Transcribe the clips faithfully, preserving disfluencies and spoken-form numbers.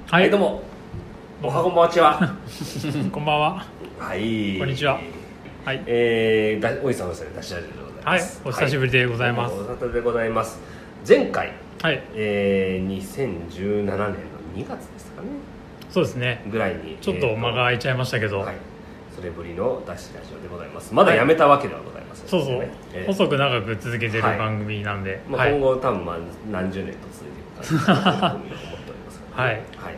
はい、はい、どうもおはこんばんちはこんばんは。 はい、 こんにちは。はい、 えー、だおいさんおいさんでダッシュラジオでございます。 はい、お久しぶりでございます。 はい、お久しぶりでございます。前回、 はい、 えー、にせんじゅうななねんのにがつですかね。 そうですね。 ぐらいにちょっと間が空いちゃいましたけど、 はい、それぶりのダッシュラジオでございます。まだやめたわけではございません、ね。 そうそう、 えー、 細く長く続けてる番組なんで、 はい、まあ、今後多分まあ何十年と続いていくかなと思っておりますから、ね、はい、はい、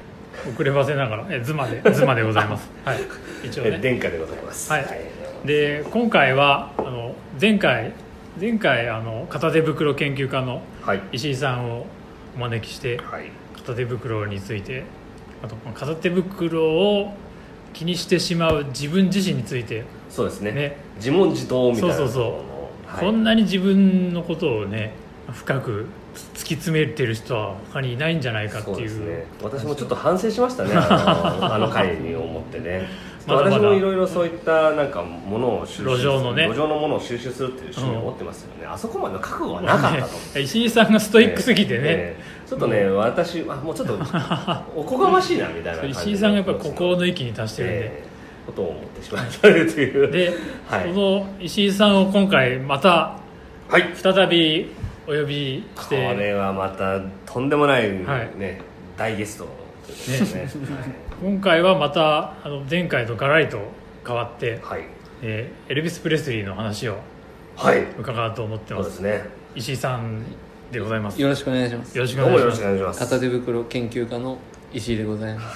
遅ればせながらえズマでズマでございます。はい、一応ね。 殿下でございます。 はい。はい、で今回はあの前回前回あの片手袋研究家の石井さんをお招きして、はい、片手袋について、あと片手袋を気にしてしまう自分自身について、 そうですね。ね、自問自答みたいな。 そうそうそう。はい、こんなに自分のことをね深く突き詰めてる人は他にいないんじゃないかっていう。そうですね。 私もちょっと反省しましたね。あの、あの回に思ってね。まだまだ私もいろいろそういったなんかものを収集、 路上のね、 路上のものを収集するっていう趣味を持ってますよね。うん、あそこまでの覚悟はなかったと思う。 石井さんがストイックすぎてね。 えー、ちょっとね、うん、私あもうちょっとおこがましいなみたいな感じで。 石井さんがやっぱり心の域に達してるんで。えーことを思ってしまったというで、はい、その石井さんを今回また再びお呼びして、 これはまたとんでもない、ね、はい、大ゲストですね。ね、 今回はまたあの前回とガラリと変わって、はい、えー、エルビス・プレスリーの話を伺おうと思ってます。 そうですね、 石井さんでございます。 よろしくお願いします。 よろしくお願いします。 片手袋研究家の石井でございます。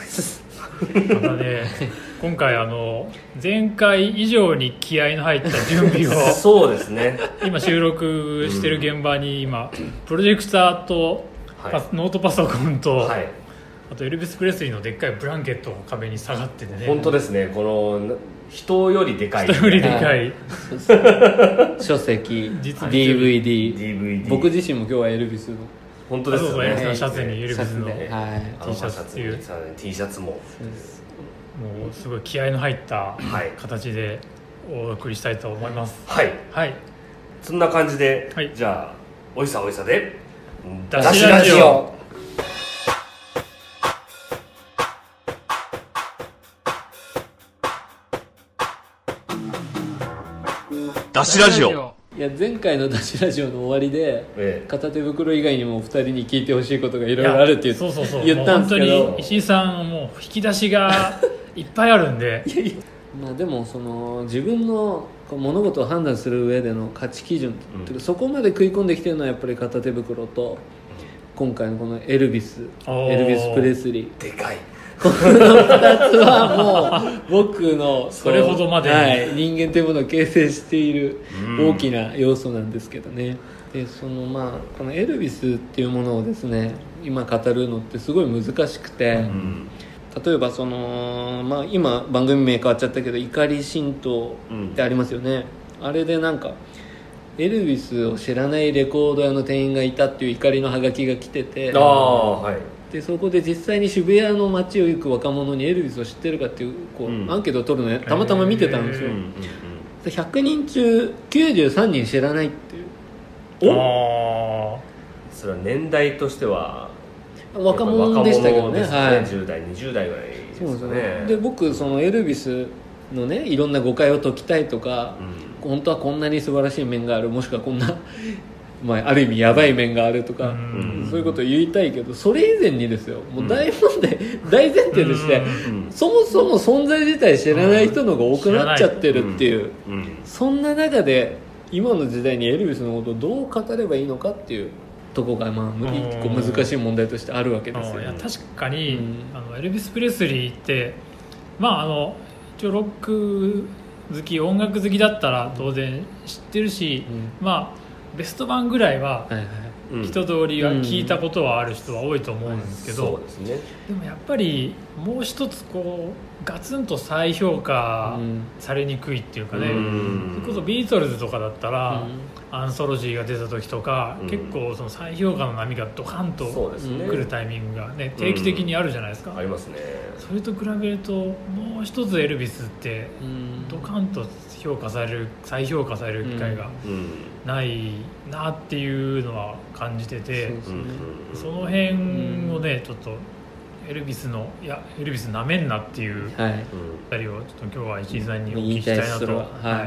またね、今回あの前回以上に気合いの入った準備をそうですね。 今収録してる現場に今プロジェクターと、はい、ノートパソコンと、はい、あとエルビス・プレスリーのでっかいブランケットが壁に下がっててね。 本当ですね。この人よりでかい、 人よりでかい書籍 ディーブイディー, ディーブイディー、 僕自身も今日はエルビスの本当ですよね。 そうそう、シャツにエルビスの T シャツっていう T シャツももうすごい気合いの入った形でお送りしたいと思います。 はい、 はい、 そんな感じで、はい、じゃあおいさおいさでダッシュラジオ。 ダッシュラジオ。 いや前回のダッシュラジオの終わりで、ええ、片手袋以外にもお二人に聞いてほしいことがいろいろあるって言ったんですけど、 本当に石井さんもう引き出しがいっぱいあるんでいやいや、まあ、でもその自分の物事を判断する上での価値基準、うん、そこまで食い込んできてるのはやっぱり片手袋と今回のこのエルビスエルビス・プレスリー、 でかいこのふたつはもう僕のそれほどまで、 はい、人間というものを形成している大きな要素なんですけどね。でそのまあこのエルビスっていうものをですね今語るのってすごい難しくて、うん、例えばその、まあ、今番組名変わっちゃったけど怒り神道ってありますよね、うん、あれでなんかエルビスを知らないレコード屋の店員がいたっていう怒りのハガキが来てて、 あ、はい、 でそこで実際に渋谷の街を行く若者にエルビスを知ってるかっていう、こう、うん、アンケートを取るのたまたま見てたんですよ、うんうんうん、ひゃくにん中きゅうじゅうさんにん知らないっていう。 お、それは年代としては若者でしたけどね、 若者ですね、はい、じゅう代にじゅう代ぐらいですね。そうですね。 で僕そのエルビスのねいろんな誤解を解きたいとか、うん、本当はこんなに素晴らしい面がある、もしくはこんなまあ、ある意味やばい面があるとか、うん、そういうことを言いたいけど、それ以前にですよ、もう大問題、うん、大前提として、うん、そもそも存在自体知らない人の方が多くなっちゃってるっていう、うんうん、そんな中で今の時代にエルビスのことをどう語ればいいのかっていうところが、まあ、結構難しい問題としてあるわけですよ。 いや確かに、うん、あのエルビス・プレスリーって、まあ、あの一応ロック好き、音楽好きだったら当然知ってるし、うん、まあベスト版ぐらいは一通りは聞いたことはある人は多いと思うんですけど、 そうですね、 でもやっぱりもう一つこうガツンと再評価されにくいっていうかね、うん、それこそビートルズとかだったら、うん、アンソロジーが出た時とか、うん、結構その再評価の波がドカンと来るタイミングが、ね、定期的にあるじゃないですか、 うん、ありますね。 それと比べるともう一つエルビスってドカンと評価される再評価される機会がないなっていうのは感じてて、 そ, その辺をねちょっとエルビスのいやエルビスなめんなっていうはいあたりをちょっと今日は石井さんにお聞きしたいなと。 はい、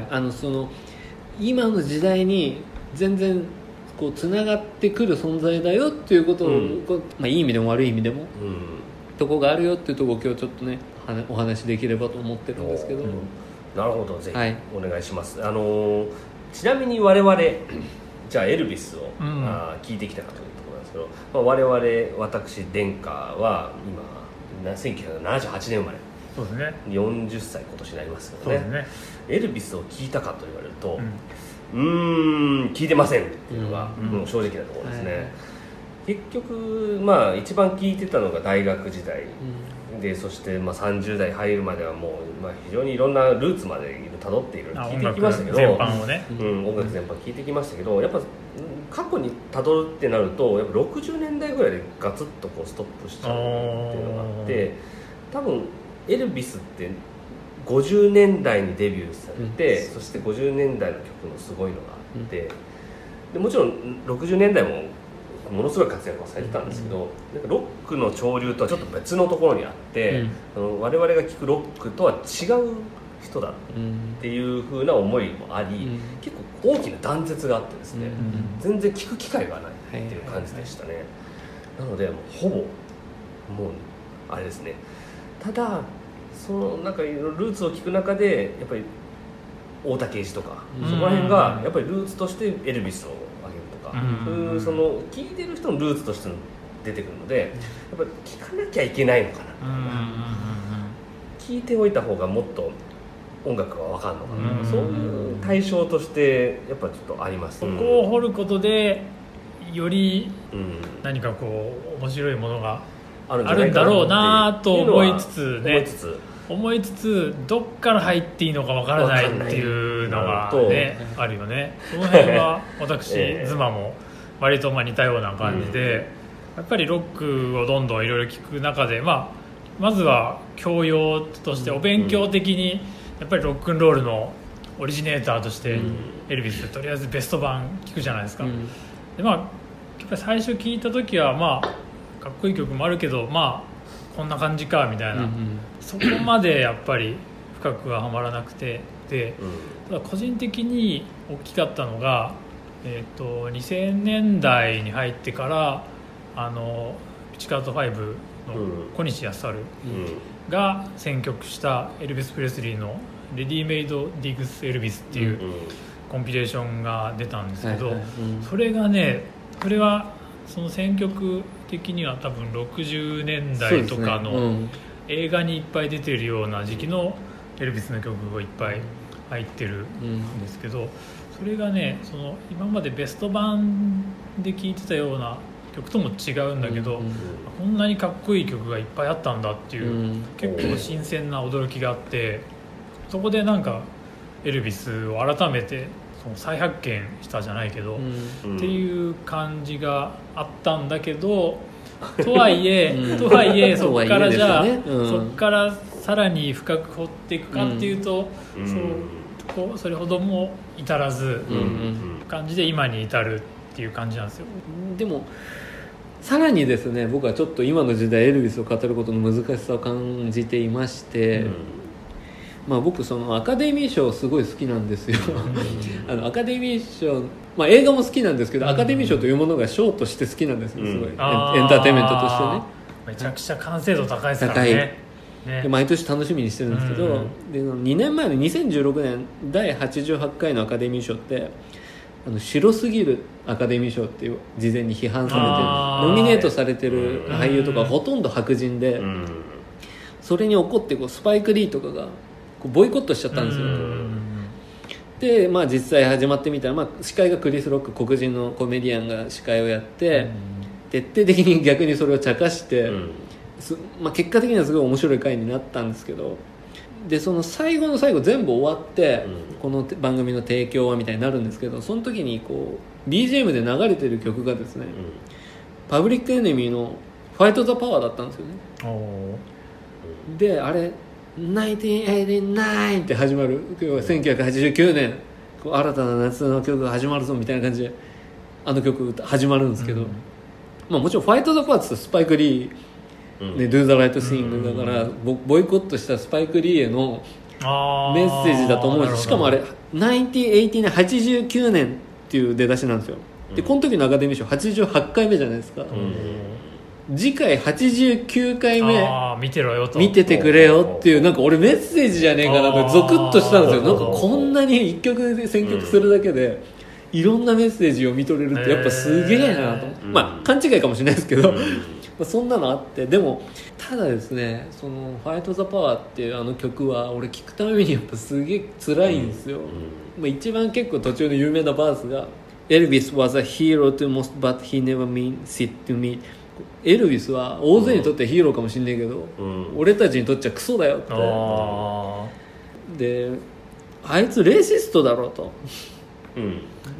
あのその今の時代に全然こうつながってくる存在だよっていうことを、うんこうまあ、いい意味でも悪い意味でも、うん、とこがあるよっていうところを今日ちょっとねお話できればと思ってるんですけど、うん、 なるほど、ぜひお願いします、はい、あのちなみに我々じゃあエルビスを、うん、あ聞いてきたかというところなんですけど、まあ、我々私殿下は今せんきゅうひゃくななじゅうはちねん生まれ、 そうですね、 よんじゅっさい今年になりますけど ね, ねエルビスを聞いたかと言われると、うん、うーん聞いてませんっていうのが、うん、もう正直なところですね、はい、結局まあ一番聞いてたのが大学時代、うんで、そしてまあさんじゅう代入るまではもうまあ非常にいろんなルーツまでたどっていろいろ聞いてきましたけど、 全般をね、 うん、音楽全般聞いてきましたけど、やっぱ過去にたどるってなるとやっぱろくじゅうねんだいぐらいでガツッとこうストップしちゃうっていうのがあって、多分エルビスってごじゅうねんだいにデビューされて、うん、そしてごじゅうねんだいの曲のすごいのがあって、うん、でもちろんろくじゅうねんだいもものすごい活躍をされてたんですけど、うん、なんかロックの潮流とはちょっと別のところにあって、うん、あの我々が聴くロックとは違う人だっていう風な思いもあり、うん、結構大きな断絶があってですね、うん、全然聴く機会がないっていう感じでしたね、はいはいはい、なのでもうほぼもうあれですね。ただそのなんかルーツを聞く中でやっぱり大竹栄一とか、うん、そこら辺がやっぱりルーツとしてエルビスをそういうその聴いてる人のルーツとして出てくるので、やっぱり聴かなきゃいけないのかな、聴いておいた方がもっと音楽が分かるのかな、そういう対象としてやっぱちょっとあります。 そこを掘ることでより何かこう面白いものがあるんだろうなと思いつつね、思いつつどっから入っていいのかわからないっていうのがねあるよね。その辺は私、えー、妻も割とまあ似たような感じで、うん、やっぱりロックをどんどんいろいろ聞く中で、まあ、まずは教養としてお勉強的にやっぱりロックンロールのオリジネーターとしてエルビスとりあえずベスト版聞くじゃないですか、うん、でまあやっぱり最初聞いた時はまあかっこいい曲もあるけどまあこんな感じかみたいな、うんうん、そこまでやっぱり深くははまらなくて、で、ただ個人的に大きかったのが、えー、とにせんねんだいに入ってからあのピチカートファイブの小西康晴が選曲したエルビス・プレスリーのレディメイド・ディグス・エルビスっていうコンピレーションが出たんですけど、それがね、それはその選曲的には多分ろくじゅうねんだいとかの映画にいっぱい出てるような時期のエルビスの曲がいっぱい入ってるんですけど、それがねその今までベスト版で聴いてたような曲とも違うんだけど、こんなにかっこいい曲がいっぱいあったんだっていう結構新鮮な驚きがあって、そこでなんかエルビスを改めてその再発見したじゃないけど、うん、っていう感じがあったんだけど、とはいえ、うん、とはいえそこからじゃあ、ねうん、そこからさらに深く掘っていくかっていうと、うん、そうこうそれほども至らず、うん、感じで今に至るっていう感じなんですよ。 でもさらにですね、僕はちょっと今の時代エルビスを語ることの難しさを感じていまして、うんまあ、僕そのアカデミー賞すごい好きなんですよあのアカデミー賞、まあ、映画も好きなんですけど、うん、アカデミー賞というものが賞として好きなんですよ、すごい、うん、エンターテインメントとしてね。 めちゃくちゃ完成度高いですからね。ねで毎年楽しみにしてるんですけど、うん、でにねんまえのにせんじゅうろくねんだいはちじゅうはちかいのアカデミー賞ってあの白すぎるアカデミー賞っていう事前に批判されてノミネートされてる俳優とかほとんど白人で、うん、それに怒ってこうスパイク・リーとかがこうボイコットしちゃったんですよ。で、まあ、実際始まってみたら、まあ、司会がクリス・ロック黒人のコメディアンが司会をやって徹底的に逆にそれを茶化して、うんまあ、結果的にはすごい面白い回になったんですけど、でその最後の最後全部終わって、うん、この番組の提供はみたいになるんですけど、その時にこう ビージーエム で流れてる曲がですね、うん、パブリックエネミーのファイト・ザ・パワーだったんですよね。であれナインティーンエイティナインって始まる、今日はせんきゅうひゃくはちじゅうきゅうねんこう新たな夏の曲が始まるぞみたいな感じであの曲始まるんですけど、うんまあ、もちろんファイト・ザ・パワーってスパイク・リーうんね、Do the Right Thing だからボボイコットしたスパイク・リーへのメッセージだと思うし、しかもあれせんきゅうひゃくはちじゅうきゅうねんっていう出だしなんですよ。でこの時のアカデミー賞はちじゅうはちかいめじゃないですか、うん、次回はちじゅうきゅうかいめ見てろよと見ててくれよっていう、なんか俺メッセージじゃねえかなとゾクッとしたんですよ。なんかこんなにいっきょくで選曲するだけでいろんなメッセージを見とれるってやっぱすげえなと、まあ勘違いかもしれないですけど、まあそんなのあって、でもただですね、その「ファイト・ザ・パワー」っていうあの曲は俺聴くためにやっぱすげえ辛いんですよ、まあ、一番結構途中の有名なバースが「Elvis was a hero to most but he never meant it to me」。エルビスは大勢にとってはヒーローかもしんないけど、うん、俺たちにとっちゃクソだよって。であいつレーシストだろうと、うん、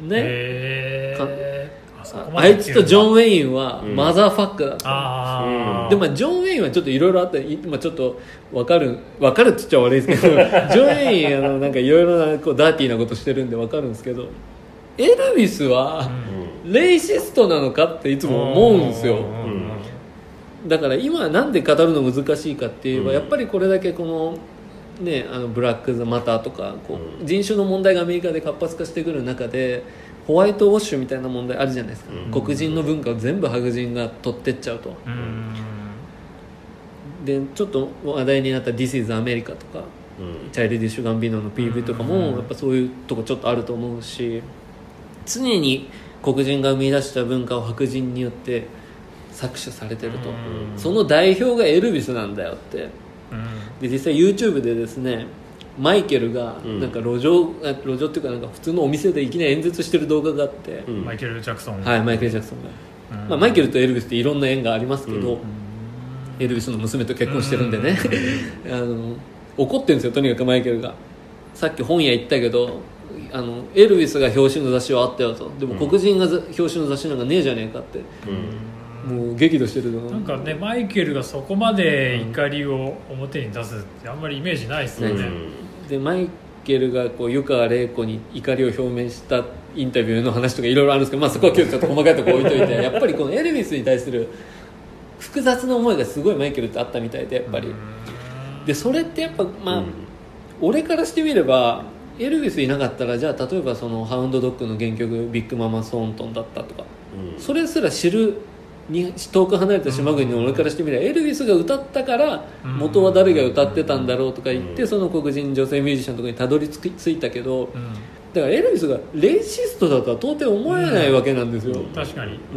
ねえあ, あいつとジョン・ウェインはマザーファックだと、うん、あで、まあ、ジョン・ウェインはちょっといろいろあって今ちょっと分かる分かるって言っちゃ悪いですけどジョン・ウェインあのなんかいろいろなこうダーティーなことしてるんで分かるんですけど、エルビスはレイシストなのかっていつも思うんですよ、うん、だから今なんで語るの難しいかって言えば、やっぱりこれだけこのね、あのブラック・ザ・マターとかこう人種の問題がアメリカで活発化してくる中でホワイトウォッシュみたいな問題あるじゃないですか、うん、黒人の文化を全部白人が取ってっちゃうと、うん、でちょっと話題になった「This is America」とか、うん、チャイルディッシュ・ガンビーノの ピーブイ とかもやっぱそういうとこちょっとあると思うし、常に黒人が生み出した文化を白人によって搾取されてると、うん、その代表がエルビスなんだよって、うん、で実際 YouTube でですねマイケルがなんか路上、うん、路上っていうかなんか普通のお店でいきなり演説してる動画があって、うん、 マイケル・ジャクソンはいマイケル・ジャクソンが、うんまあ、マイケルとエルビスっていろんな縁がありますけど、うん、エルビスの娘と結婚してるんでね、うん、あの怒ってるんですよとにかくマイケルが。さっき本屋行ったけどあのエルビスが表紙の雑誌はあったよと、でも黒人が表紙の雑誌なんかねえじゃねえかって、うん、もう激怒してるのなんかね、マイケルがそこまで怒りを表に出すってあんまりイメージないですよね、 うん、でマイケルがこう湯川玲子に怒りを表明したインタビューの話とかいろいろあるんですけど、まあ、そこは今日ちょっと細かいところ置いといてやっぱりこのエルビスに対する複雑な思いがすごいマイケルってあったみたいで、やっぱりでそれってやっぱまあ、うん、俺からしてみればエルビスいなかったらじゃあ例えばそのハウンドドッグの原曲ビッグママソーントンだったとか、うん、それすら知るに遠く離れた島国の俺からしてみれば、うん、エルビスが歌ったから元は誰が歌ってたんだろうとか言って、うん、その黒人女性ミュージシャンとかにたどり着いたけど、うん、だからエルビスがレイシストだとは到底思えないわけなんですよ、うん、 確かに、 うん、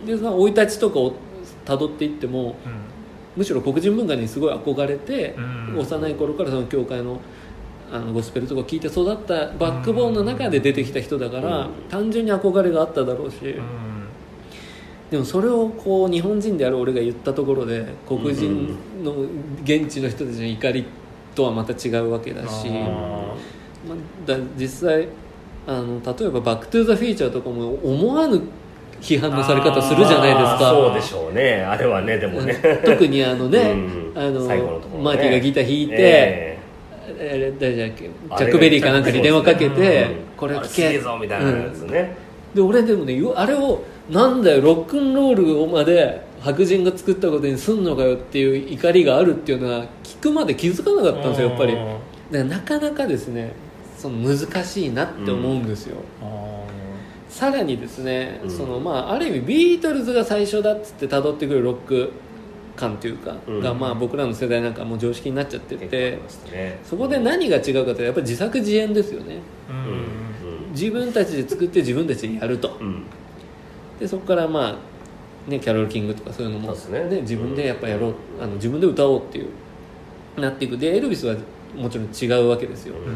でその生い立ちとかをたどっていっても、うん、むしろ黒人文化にすごい憧れて、うん、幼い頃からその教会のあのゴスペルとか聞いて育ったバックボーンの中で出てきた人だから、うん、単純に憧れがあっただろうし、うん、でもそれをこう日本人である俺が言ったところで黒人の現地の人たちの怒りとはまた違うわけだし、まあ、だ実際あの例えばバックトゥーザフィーチャーとかも思わぬ批判のされ方するじゃないですか。 そうでしょうね、あれはね。でもね特にあのね、うん、あの最後のところね、マーティがギター弾いて、えー誰だっけジャックベリーかなんかに電話かけて、うん、これ聞けぞみたいなやつね、 うん、で俺でもねあれをなんだよロックンロールまで白人が作ったことにすんのかよっていう怒りがあるっていうのは聞くまで気づかなかったんですよやっぱり。だからなかなかですねその難しいなって思うんですよ、うん、さらにですね、うん、そのまあある意味ビートルズが最初だっつって辿ってくるロック感というか、うん、がまあ僕らの世代なんかもう常識になっちゃってて、ね、そこで何が違うかというとやっぱり自作自演ですよね、うんうん、自分たちで作って自分たちでやると、うん、でそこからまあ、ね、キャロル・キングとかそういうのも、ねね、自分でやっぱやろう、うん、あの自分で歌おうっていうなっていく。でエルビスはもちろん違うわけですよ、うん、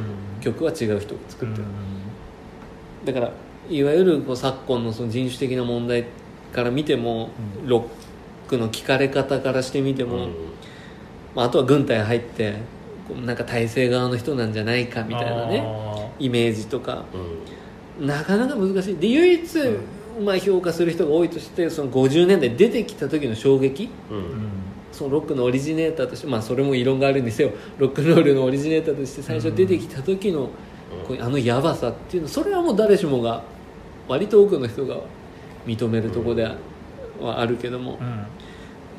曲は違う人が作ってる、うん、だからいわゆるこう昨今 の, その人種的な問題から見ても、うん、ロックの聞かれ方からしてみても、うんまあ、あとは軍隊入ってなんか体制側の人なんじゃないかみたいなねイメージとか、うん、なかなか難しい。で唯一、うんまあ、評価する人が多いとしてそのごじゅうねんだい出てきた時の衝撃、うん、そのロックのオリジネーターとして、まあ、それも異論があるにせよロックンロールのオリジネーターとして最初出てきた時の、うん、こうあのヤバさっていうのそれはもう誰しもが割と多くの人が認めるところではあるけども、うん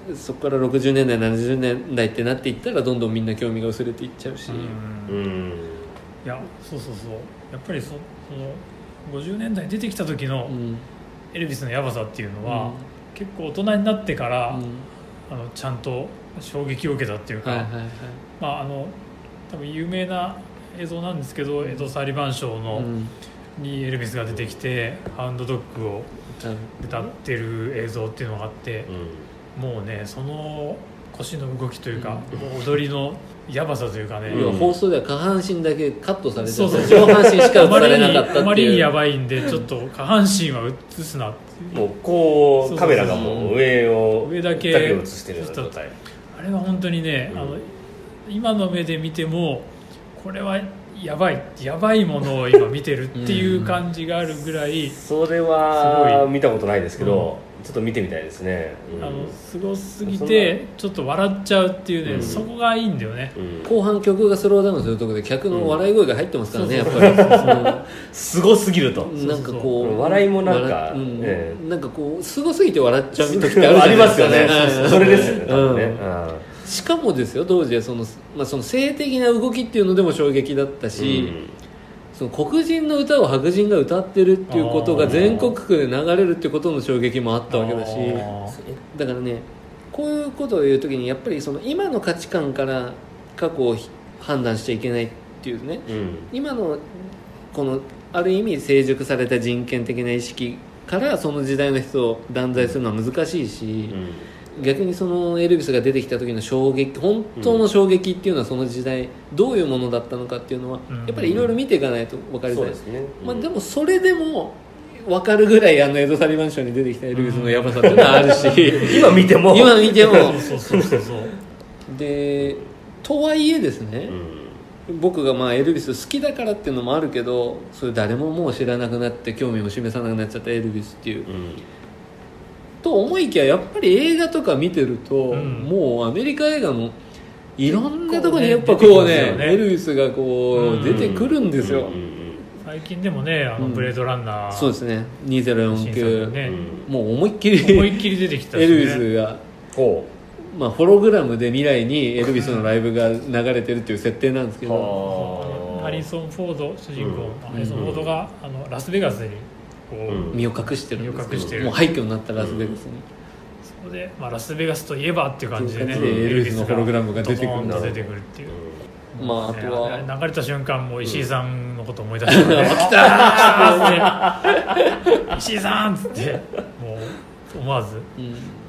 そこからろくじゅうねんだいななじゅうねんだいってなっていったらどんどんみんな興味が薄れていっちゃうし、 うん、うん、いやそうそうそうやっぱり そ, そのごじゅうねんだい出てきた時のエルヴィスのヤバさっていうのは、うん、結構大人になってから、うん、あのちゃんと衝撃を受けたっていうか、はいはいはい、まああの多分有名な映像なんですけど、エド・サリバン賞の、うん、にエルヴィスが出てきてハウンドドッグを歌ってる映像っていうのがあって、うん、もうねその腰の動きというか、うん、踊りのやばさというかね、 うん、放送では下半身だけカットされて、そうそう上半身しか映されなかったっていうあまりやばいんでちょっと下半身は映すなってもうこうカメラがもう上を上だけ映してるような状態。 あれは本当にね、うん、あの今の目で見てもこれはやばいやばいものを今見てるっていう感じがあるぐらい、 うん、それは見たことないですけど、うん、ちょっと見てみたいですね、 うん、あのすごすぎてちょっと笑っちゃうっていうね、うん、そこがいいんだよね、 うん、後半曲がスローダウンするところで客の笑い声が入ってますからね、うん、やっぱりすごすぎるとなんかこう笑いもなんか、 うんえー、なんかこうすごすぎて笑っちゃう時ってありますよねそれですよね、うんねうん、しかもですよ当時はその、まあ、その性的な動きっていうのでも衝撃だったし、うん、その黒人の歌を白人が歌ってるっていうことが全国区で流れるっていうことの衝撃もあったわけだし、だからねこういうことを言うときにやっぱりその今の価値観から過去を判断しちゃいけないっていうね、うん、今のこのある意味成熟された人権的な意識からその時代の人を断罪するのは難しいし、うん、逆にそのエルヴィスが出てきた時の衝撃本当の衝撃っていうのはその時代どういうものだったのかっていうのはやっぱりいろいろ見ていかないと分かりづらい、うんねうんまあ、でもそれでも分かるぐらいあのエド・サリバン賞に出てきたエルヴィスのヤバさっていうのはあるし今見ても今見てもそうそうそうそうでとはいえですね、うん、僕がまあエルヴィス好きだからっていうのもあるけどそれ誰ももう知らなくなって興味も示さなくなっちゃったエルヴィスっていう、うん、と思いきややっぱり映画とか見てると、うん、もうアメリカ映画のいろんなところにやっぱこう ね, ねエルヴィスがこう出てくるんですよ、うんうんうん最近でもねあのブレードランナー、 うん、そうですねにせんよんじゅうきゅう、ねうん、もう思いっきり思いっきり出てきたし、ね、 エルヴィスがこう、まあ、ホログラムで未来にエルヴィスのライブが流れてるっていう設定なんですけど、 うん、ハリソン・フォード主人公、うん、ハリソン・フォードがあのラスベガスにこう、 うん、身を隠してるんですけど身を隠してるもう廃墟になったラスベガスに、 うん、そこで、まあ、ラスベガスといえばっていう感じでねエルヴィスのホログラムが出てくるドドーンと出てくるっていう、 うん、まああとは、 ね、流れた瞬間もう石井さんのこと思い出したね、うん、来たー石井さんっつってもう思わず、うん、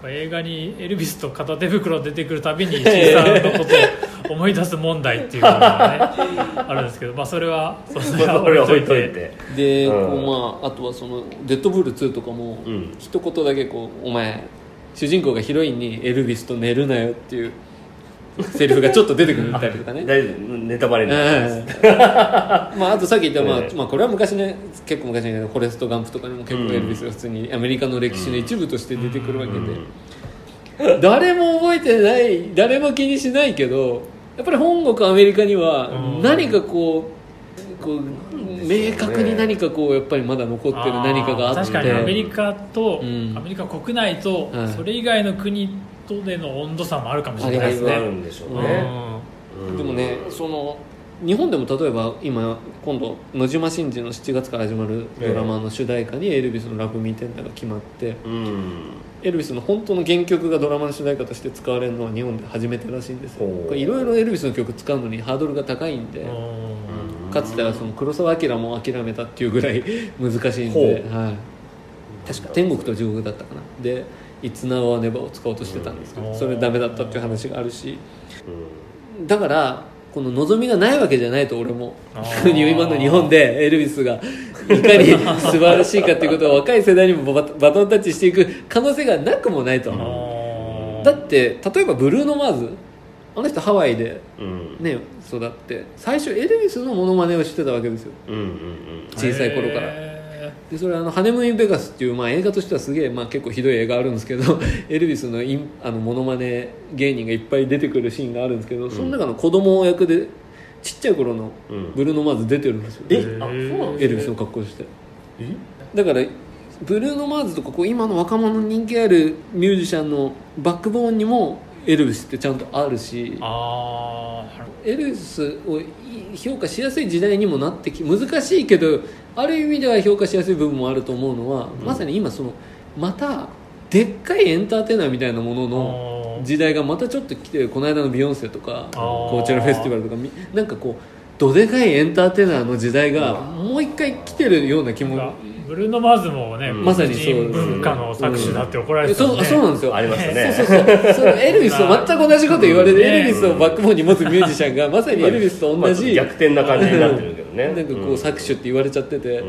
映画にエルヴィスと片手袋出てくるたびに石井さんのことを思い出す問題っていうのがねあるんですけど、まあ、それはそれは置いといてで、うんこうまあ、あとはそのデッドブールツーとかも、うん、一言だけこうお前主人公がヒロインにエルヴィスと寝るなよっていうセリフがちょっと出てくるみたりとかね大丈夫ネタバレになります、 まあ、あとさっき言った、まあまあ、これは昔ね結構昔だけどフォレストガンプとかにも結構エルヴィスが普通にアメリカの歴史の一部として出てくるわけで、うん、誰も覚えてない誰も気にしないけどやっぱり本国アメリカには何かこう、こう明確に何かこうやっぱりまだ残ってる何かがあって確かにアメリカと、うん、アメリカ国内と、うん、それ以外の国とでの温度差もあるかもしれないですね。 あるんでしょうね、 うん、でもねその日本でも例えば今今度野島伸司のしちがつから始まるドラマの主題歌にエルヴィスのラブミーテンダーが決まって、うん、エルヴィスの本当の原曲がドラマの主題歌として使われるのは日本で初めてらしいんですよ。いろいろエルヴィスの曲使うのにハードルが高いんで、かつてはその黒澤明も諦めたっていうぐらい難しいんで、はい、確か天国と地獄だったかなでいつなわねばを使おうとしてたんですけどそれダメだったっていう話があるし、だからこの望みがないわけじゃないと俺も今の日本でエルヴィスがいかに素晴らしいかっていうことを若い世代にもバトンタッチしていく可能性がなくもないと。だって例えばブルーノ・マーズあの人ハワイで、ね、育って最初エルヴィスのモノマネをしてたわけですよ、うんうんうん、小さい頃からでそれあのハネムーン・イン・ベガスっていう、まあ、映画としてはすげえ、まあ、結構ひどい映画あるんですけどエルヴィスのインあのモノマネ芸人がいっぱい出てくるシーンがあるんですけど、うん、その中の子供役でちっちゃい頃のブルーノ・マーズ出てるんですよ、うん、 えあそうなんですね、 エルヴィスの格好してだからブルーノ・マーズとかこう今の若者に人気あるミュージシャンのバックボーンにもエルヴィスってちゃんとあるし、 あエルヴィスを評価しやすい時代にもなってき、難しいけどある意味では評価しやすい部分もあると思うのは、うん、まさに今そのまたでっかいエンターテイナーみたいなものの時代がまたちょっと来てる。この間のビヨンセとかコーチェラフェスティバルとかなんかこうどでかいエンターテイナーの時代がもう一回来てるような気も。 ブルーノ・マーズもね、 まさにそう文化の搾取だって怒られてた、ね、 うん、そう、そうなんですよ。 ありましたね。 そうそうそうそうエルヴィスと全く同じこと言われる、エルヴィスをバックボーンに持つミュージシャンがまさにエルヴィスと同じ、まあ、 逆転な感じになってるけどね。 なんかこう搾取って言われちゃってて、うん、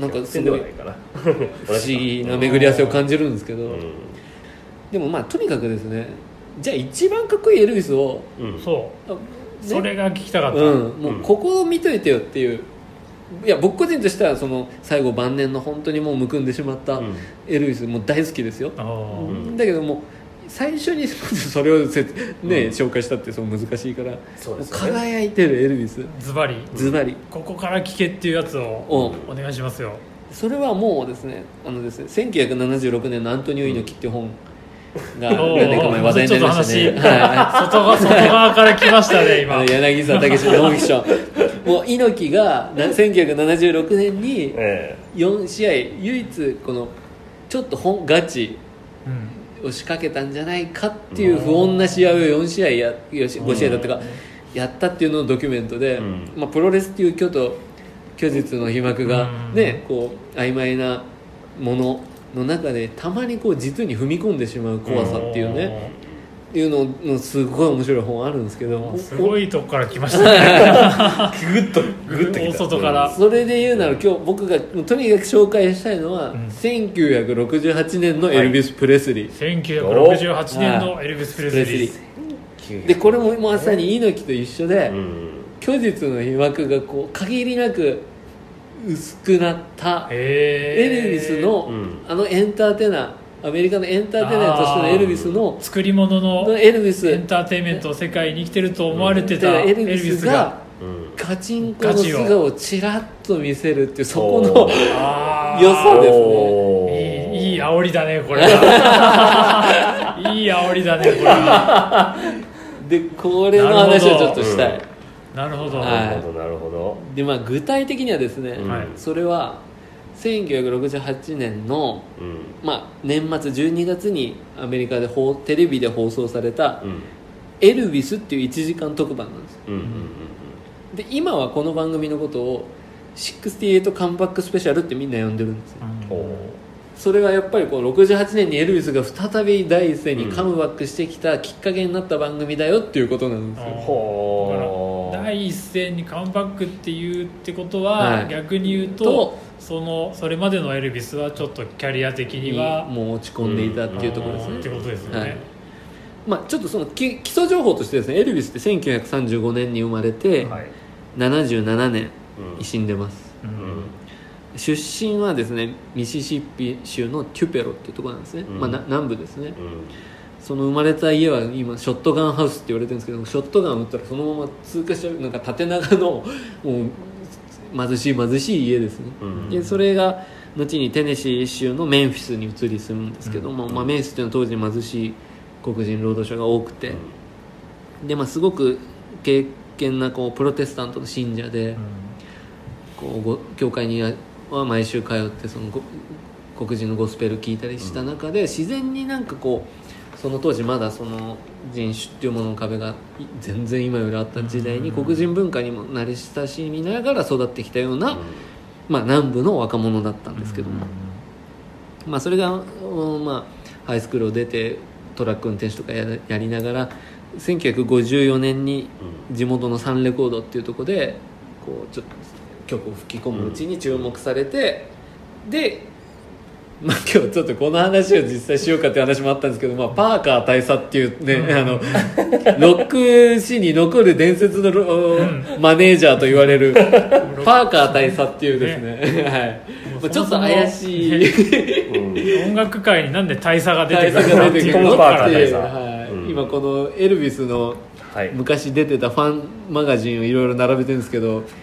なんかすごい不思議な巡り合わせを感じるんですけど、うん、でもまあとにかくですね、じゃあ一番かっこいいエルヴィスを、 うん、そう、ね、それが聞きたかった、 うん、もうここを見といてよっていう。いや僕個人としてはその最後晩年の本当にもうむくんでしまったエルヴィスも大好きですよ、うん、だけども最初にそれを、ね、うん、紹介したってその難しいから、そうですね、輝いてるエルヴィスズバリズバリここから聞けっていうやつをお願いしますよ。 それはもうですね、あのですねせんきゅうひゃくななじゅうろくねんのアントニオ猪木っていう本が何年か前話題になりましたね。 外側、外側から来ましたね今。 柳沢武史のノンフィクション。もう猪木がせんきゅうひゃくななじゅうろくねんによんしあい唯一このちょっと本ガチを仕掛けたんじゃないかっていう不穏な試合をよんしあいやごしあいだったかやったっていうのをドキュメントで、まあ、プロレスっていう虚と虚実の被膜がねこう曖昧なものの中でたまにこう実に踏み込んでしまう怖さっていうねいうののすごい面白い本あるんですけど、 すごいとこから来ましたね。 グッとグッと大外から。 それで言うなら今日僕がとにかく紹介したいのは、うん、せんきゅうひゃくろくじゅうはちねんのエルヴィス・プレスリー、はい、 せんきゅうひゃくろくじゅうはちねんのエルヴィス・プレスリーで、これもまさに猪木と一緒で、うん、虚実の被膜がこう限りなく薄くなったエルヴィスの、うん、あのエンターテイナー、アメリカのエンターテイナーとしてのエルヴィスの作り物のエルヴィスエンターテインメントを世界に生きてると思われてたエルヴィスがガチンコの素顔をちらっと見せるっていうそこの良さですね。 いい、いい煽りだねこれいい煽りだねこれはでこれの話をちょっとしたい。 なるほど、 なるほどなるほど。 でまあ具体的にはですね、うん、それはせんきゅうひゃくろくじゅうはちねんの、うんまあ、年末じゅうにがつにアメリカでテレビで放送された、うん、エルヴィスっていういちじかん特番なんです、うんうんうんうん、で今はこの番組のことをろくじゅうはちカムバックスペシャルってみんな呼んでるんですよ、うん、それはやっぱりこうろくじゅうはちねんにエルヴィスが再び第一声にカムバックしてきたきっかけになった番組だよっていうことなんですよ、 うん、だから第一声にカムバックっていうってことは、はい、逆に言うと、とそのそれまでのエルヴィスはちょっとキャリア的にはもう落ち込んでいたっていうところですね、 うん、ってことですよね、はいまあ、ちょっとその基礎情報としてですね、エルヴィスってせんきゅうひゃくさんじゅうごねんに生まれて、はい、ななじゅうななねん死んでます、うんうん、出身はですねミシシッピ州のテュペロっていうところなんですね、うんまあ、南部ですね、うん、その生まれた家は今ショットガンハウスって言われてるんですけど、ショットガン撃ったらそのまま通過しちゃうなんか縦長のもう貧しい貧しい家ですね、うん、でそれが後にテネシー州のメンフィスに移り住むんですけども、うんまあ、メンフィスというのは当時貧しい黒人労働者が多くて、うんでまあ、すごく敬虔なこうプロテスタントの信者で、うん、こうご教会には毎週通ってその黒人のゴスペル聞いたりした中で、うん、自然になんかこうその当時まだその人種っていうものの壁が全然今よりあった時代に黒人文化にも慣れ親しみながら育ってきたような、まあ、南部の若者だったんですけども、まあ、それが、まあ、ハイスクールを出てトラック運転手とか や, やりながらせんきゅうひゃくごじゅうよねんに地元のサンレコードっていうところでこうちょっと曲を吹き込むうちに注目されて、でまあ、今日ちょっとこの話を実際しようかっていう話もあったんですけど、まあ、パーカー大佐っていうね、うん、あのロック史に残る伝説の、うん、マネージャーと言われるパーカー大佐っていうですね、ねはい、ちょっと怪しい、 うん、音楽界になんで大佐が出てくるのっていうのがあって、はい、うん、今このエルヴィスの昔出てたファンマガジンをいろいろ並べてるんですけど、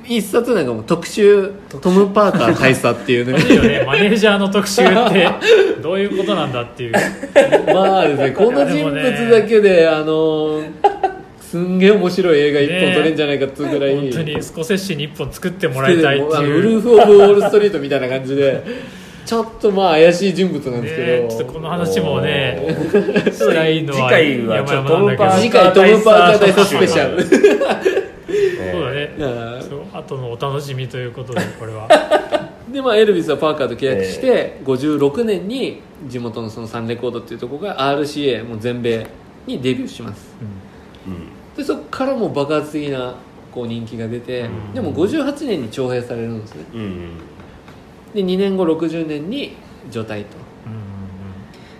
一冊なんかもう特集トム・パーカー大佐っていうねいいよね、マネージャーの特集ってどういうことなんだっていうまあですね、この人物だけであのすんげえ面白い映画一本撮れんじゃないかっていうぐらい、 ね、本当にスコセッシに一本作ってもらいたいっていうウルフ・オブ・ウォール・ストリートみたいな感じでちょっとまあ怪しい人物なんですけど、 ね、ちょっとこの話もねしたいのは次回はちょっとトム・パーカー次回トム・パーカー大佐スペシャルそうだね、そう後のお楽しみということでこれはで、まあ、エルヴィスはパーカーと契約して、えー、ごじゅうろくねんに地元のそのサンレコードっていうところが アールシーエー もう全米にデビューします、うんうん、でそこからもう爆発的なこう人気が出て、うん、でもごじゅうはちねんに徴兵されるんですね、うんうん、でにねんごろくじゅうねんに除隊と、うんうん、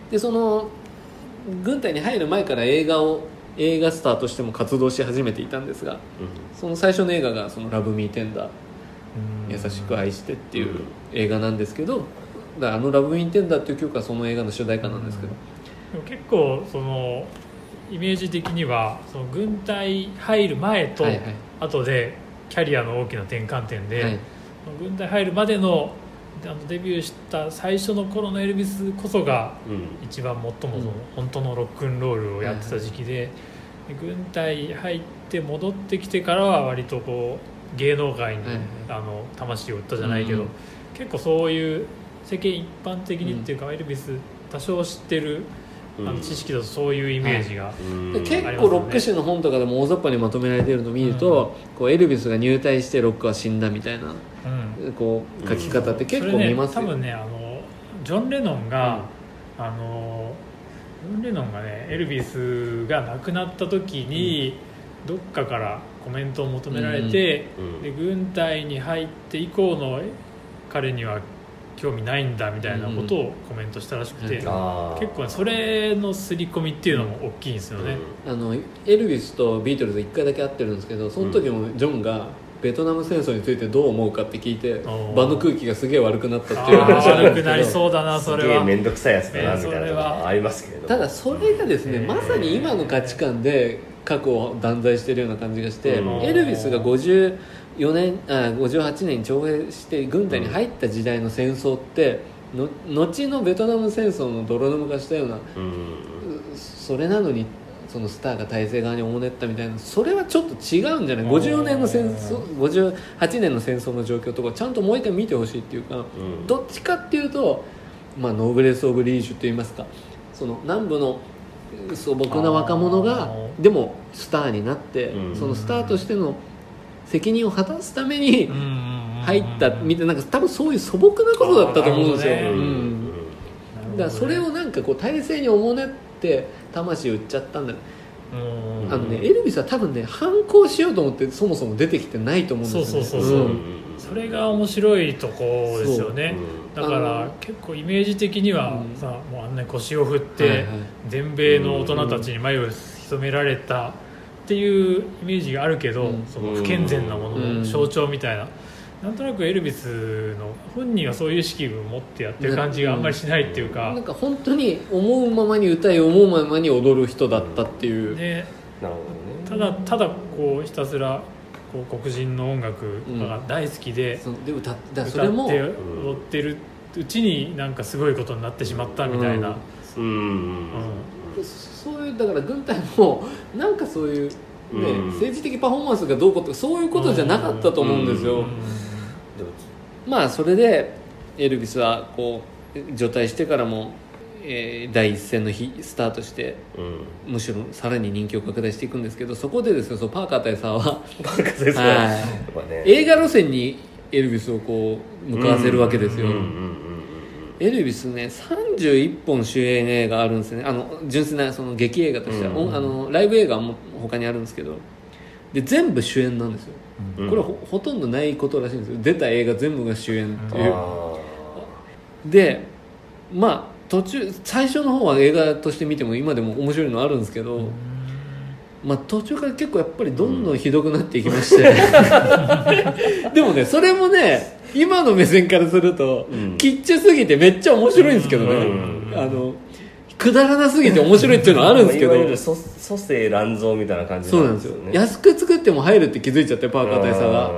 でその軍隊に入る前から映画を映画スターとしても活動し始めていたんですが、うん、その最初の映画がそのラブミーテンダー、うん、優しく愛してっていう映画なんですけど、だからあのラブミーテンダーっていう曲はその映画の主題歌なんですけど、 うん、でも結構そのイメージ的にはその軍隊入る前と後でキャリアの大きな転換点で、はいはい、軍隊入るまでのあのデビューした最初の頃のエルヴィスこそが一番最もその本当のロックンロールをやってた時期で、軍隊入って戻ってきてからは割とこう芸能界にあの魂を売ったじゃないけど、結構そういう世間一般的にっていうかエルヴィス多少知ってるあの知識だとそういうイメージが、 うん、結構ロック誌の本とかでも大雑把にまとめられているのを見ると、うん、こうエルヴィスが入隊してロックは死んだみたいな、うん、こう書き方って結構見ますよ、 ね、多分ねあのジョン・レノンが、うん、あのジョン・レノンがねエルヴィスが亡くなった時に、うん、どっかからコメントを求められて、うん、で軍隊に入って以降の彼には興味ないんだみたいなことをコメントしたらしくて、うん、結構それの刷り込みっていうのも大きいんですよね、 うん、あのエルヴィスとビートルズいっかいだけ会ってるんですけど、その時もジョンがベトナム戦争についてどう思うかって聞いて、場の空気がすげえ悪くなったっていう話なん悪くなりそうだな、それはすげえ面倒くさいやつだなみたいなのがありますけれども、 ただそれがですね、まさに今の価値観で過去を断罪してるような感じがして、エルヴィスがごじゅうよねんあごじゅうはちねんに徴兵して軍隊に入った時代の戦争っての後のベトナム戦争の泥沼化したような、うん、それなのにそのスターが体制側におもねったみたいな、それはちょっと違うんじゃない、ごじゅうねんの戦争ごじゅうはちねんの戦争の状況とかちゃんともう一回見てほしいっていうか、うん、どっちかっていうと、まあ、ノーブレス・オブ・リージュといいますか、その南部の素朴な若者がでもスターになって、うん、そのスターとしての責任を果たすために入ったみたいな、なんか多分そういう素朴なことだったと思うんですよ、ね、うん、だからそれをなんかこう体制におもねって魂売っちゃったんだ。うんあのね、エルヴィスは多分ね反抗しようと思ってそもそも出てきてないと思うんですよね。 そうそうそうそう、うん、それが面白いとこですよね、うん、だから結構イメージ的にはさ、もうあんなに腰を振って、はいはい、全米の大人たちに眉を潜められたっていうイメージがあるけど、うん、その不健全なものの象徴みたいな、うん、なんとなくエルヴィスの本人はそういう意識を持ってやってる感じがあんまりしないっていうか、 うん、なんか本当に思うままに歌い思うままに踊る人だったっていう、 ね、なるほどね、ただただこうひたすらこう黒人の音楽が大好きで、 うん、で歌ってそれも歌って踊ってるうちになんかすごいことになってしまったみたいな、うんうんうんうん、そういうだから軍隊もなんかそういう、ね、うん、政治的パフォーマンスがどうこうとかそういうことじゃなかったと思うんですよ、うんうんうん、まあそれでエルヴィスはこう除隊してからも、えー、第一線の日スタートして、うん、むしろさらに人気を拡大していくんですけど、そこでですね、そのパーカー大佐はパーカー大佐は、 ね、映画路線にエルヴィスをこう向かわせるわけですよ、うんうんうんうん、エルヴィスねさんじゅういっぽん主演映画あるんですね、あの純粋なその劇映画としては、うん、あのライブ映画も他にあるんですけど、で全部主演なんですよ、うん、これは ほ, ほとんどないことらしいんですよ、出た映画全部が主演っていう、うん、でまあ途中最初の方は映画として見ても今でも面白いのあるんですけど、うん、まあ、途中から結構やっぱりどんどんひどくなっていきまして、うん、でもねそれもね今の目線からすると、うん、キッチュすぎてめっちゃ面白いんですけどね、うん、あのくだらなすぎて面白いっていうのはあるんですけど、 いわゆる蘇生乱造みたいな感じなんですよね。 そうなんですよ、安く作っても入るって気づいちゃってパーカー大佐が、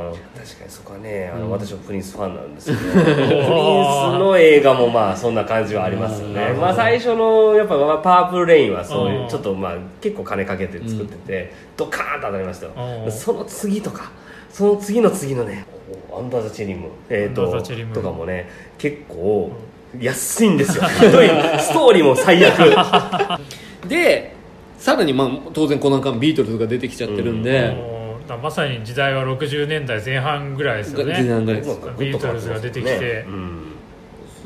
確かにそこはね、あの、うん、私はプリンスファンなんですけどプリンスの映画もまあそんな感じはありますよね、まあ、最初のやっぱパープルレインはそういうちょっとまあ結構金かけて作ってて、うん、ドカーンと当たりましたよ。その次とかその次の次のねアンダーザチェリム、えー、ととかもね結構安いんですよひどいストーリーも最悪でさらにまあ当然この間ビートルズが出てきちゃってるんで、 うん、まさに時代はろくじゅうねんだいぜん半ぐらいですよね。前半ぐらいです。ビートルズが出てきて、ね、うん、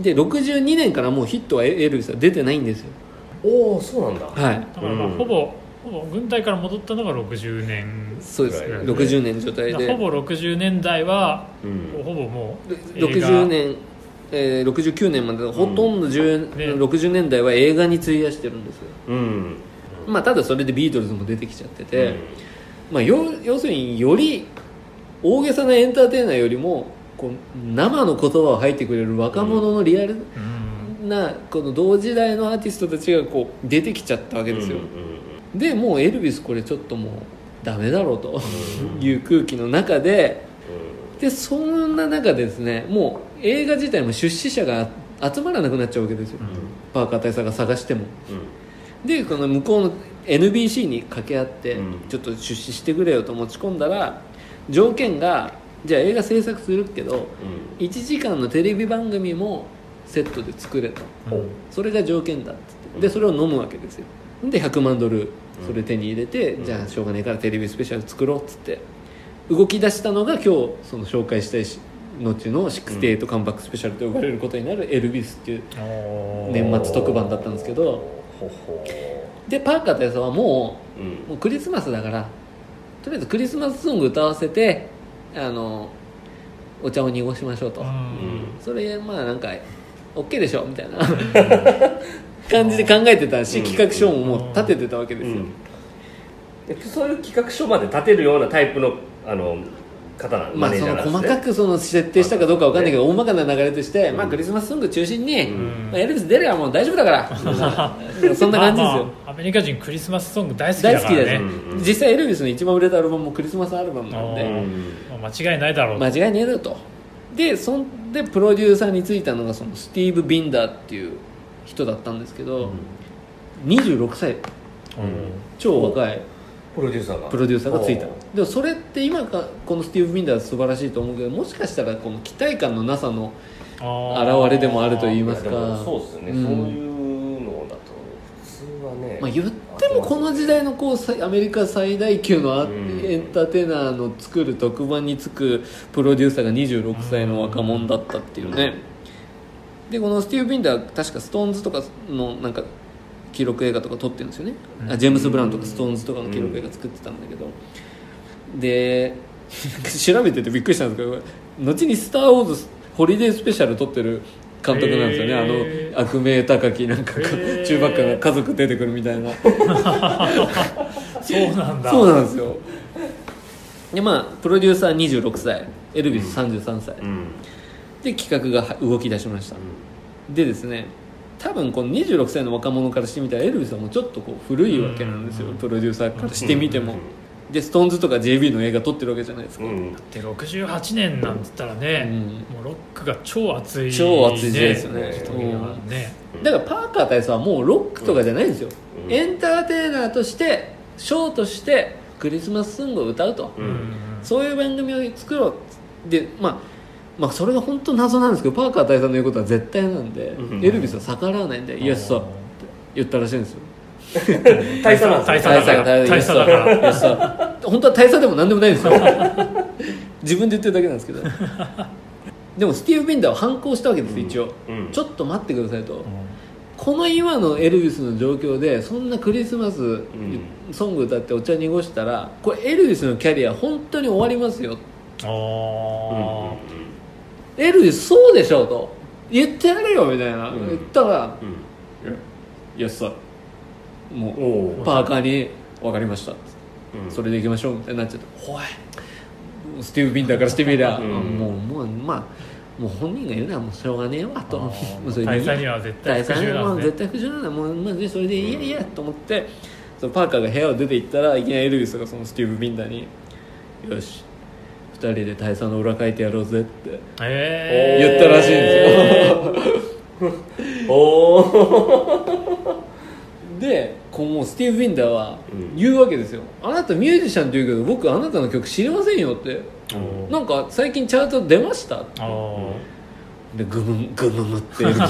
でろくじゅうにねんからもうヒットはエルビスは出てないんですよ。 おお、そうなんだ。 はい。 だからまあ、うん、ほぼほぼ軍隊から戻ったのがろくじゅうねん、 そうです、ろくじゅうねんの状態でほぼろくじゅうねんだいは、うん、ほぼもうろくじゅうねん、えー、ろくじゅうきゅうねんまでほとんど、うんね、ろくじゅうねんだいは映画に費やしてるんですよ、うん、まあ、ただそれでビートルズも出てきちゃってて、うん、まあ、要, 要するにより大げさなエンターテイナーよりもこう生の言葉を吐いてくれる若者のリアルなこの同時代のアーティストたちがこう出てきちゃったわけですよ、うんうん、でもうエルビスこれちょっともうダメだろうという空気の中で、でそんな中でですね、もう映画自体も出資者が集まらなくなっちゃうわけですよ、うん、パーカー大佐が探しても、うん、でこの向こうの エヌビーシー に掛け合って、うん、ちょっと出資してくれよと持ち込んだら条件が、じゃあ映画制作するけど、うん、いちじかんのテレビ番組もセットで作れと、うん、それが条件だっつって、でそれを飲むわけですよ。でひゃくまんドルそれ手に入れて、うん、じゃあしょうがないからテレビスペシャル作ろうっつって動き出したのが今日その紹介したいし後のろくじゅうはちカムバックスペシャルと呼ばれることになるエルビスっていう年末特番だったんですけど、でパーカー大佐はもう、うん、もうクリスマスだからとりあえずクリスマスソング歌わせてあのお茶を濁しましょうと、うん、それまあなんか OK でしょみたいな感じで考えてたし、企画書ももう立ててたわけですよ、 うん、そういう企画書まで立てるようなタイプのあの方なん、 まあ、その細かくその設定したかどうかわかんないけど、大まかな流れとして、まあ、クリスマスソング中心に、まあ、エルビス出ればもう大丈夫だからそんな感じですよ。 まあまあ、アメリカ人クリスマスソング大好きだからね。大好きだし、 うん、実際エルビスの一番売れたアルバムもクリスマスアルバムなんで、 まあ、間違いないだろうと。 間違いねえだろうと。でそんでプロデューサーに就いたのがそのスティーブ・ビンダーっていう人だったんですけど、うん、にじゅうろくさい、うん、超若いプロデューサーがプロデューサーがついた。でもそれって今かこのスティーブ・ビンダーは素晴らしいと思うけど、もしかしたらこの期待感のなさの表れでもあると言いますか。 そうですね、うん、そういうのだと普通はね、 まあ、言ってもこの時代のこうアメリカ最大級のエンターテイナーの作る特番につくプロデューサーがにじゅうろくさいの若者だったっていうね。でこのスティーブ・ビンダーは確かストーンズとかのなんか記録映画とか撮ってるんですよね、うん、ジェームス・ブラウンとかストーンズとかの記録映画作ってたんだけど、うん、で調べててびっくりしたんですけど、後にスター・ウォーズホリデースペシャル撮ってる監督なんですよね、あの悪名高きなんか中ばっかが家族出てくるみたいなそうなんだ。 そうなんですよ。でまあプロデューサーにじゅうろくさい、エルビスさんじゅうさんさい、うん、で企画が動き出しました、うん、でですね、多分このにじゅうろくさいの若者からしてみたらエルビスはもうちょっとこう古いわけなんですよ、プロデューサーからしてみても。でストーンズとか ジェイビー の映画撮ってるわけじゃないですか、うん、 だってろくじゅうはちねんなんて言ったらね、うん、もうロックが超熱い、 超熱い時代ですよね、 ね、 だからパーカー大佐はもうロックとかじゃないんですよ、うん、エンターテイナーとしてショーとしてクリスマスソングを歌うと、うん、そういう番組を作ろうで、まあまあ、それが本当謎なんですけど、パーカー大佐の言うことは絶対なんで、うん、エルビスは逆らわないんで、イエスさって言ったらしいんですよ。 大佐なんですよ。 大佐だから大佐だからイエスさ本当は大佐でも何でもないんですよ自分で言ってるだけなんですけどでもスティーブ・ビンダーは反抗したわけです、一応、うん、ちょっと待ってくださいと、うん、この今のエルビスの状況でそんなクリスマス、うん、ソング歌ってお茶濁したらこれエルビスのキャリア本当に終わりますよ。あ、うん、エルビスそうでしょと言ってやれよみたいな、うん、言ったら、うん、よしさもうパーカーに分かりました、うん、それでいきましょうみたいになっちゃって、ほいスティーブ・ビンダーからしてみりゃ、うん、もうもうまあもう本人が言うのはもうしょうがねえわと、 大佐には絶対服従なんで、 絶対服従なんだもう、まあ、それでいやいやと思って、そのパーカーが部屋を出て行ったらいきなりエルビスがそのスティーブ・ビンダーによしふふたりで大佐の裏書いてやろうぜってへ言ったらしいんですよおーでこうもうスティーブ・ウィンダーは言うわけですよ、うん、あなたミュージシャンって言うけど僕あなたの曲知りませんよって、うん、なんか最近チャート出ましたって、うん、でグムムグムムって言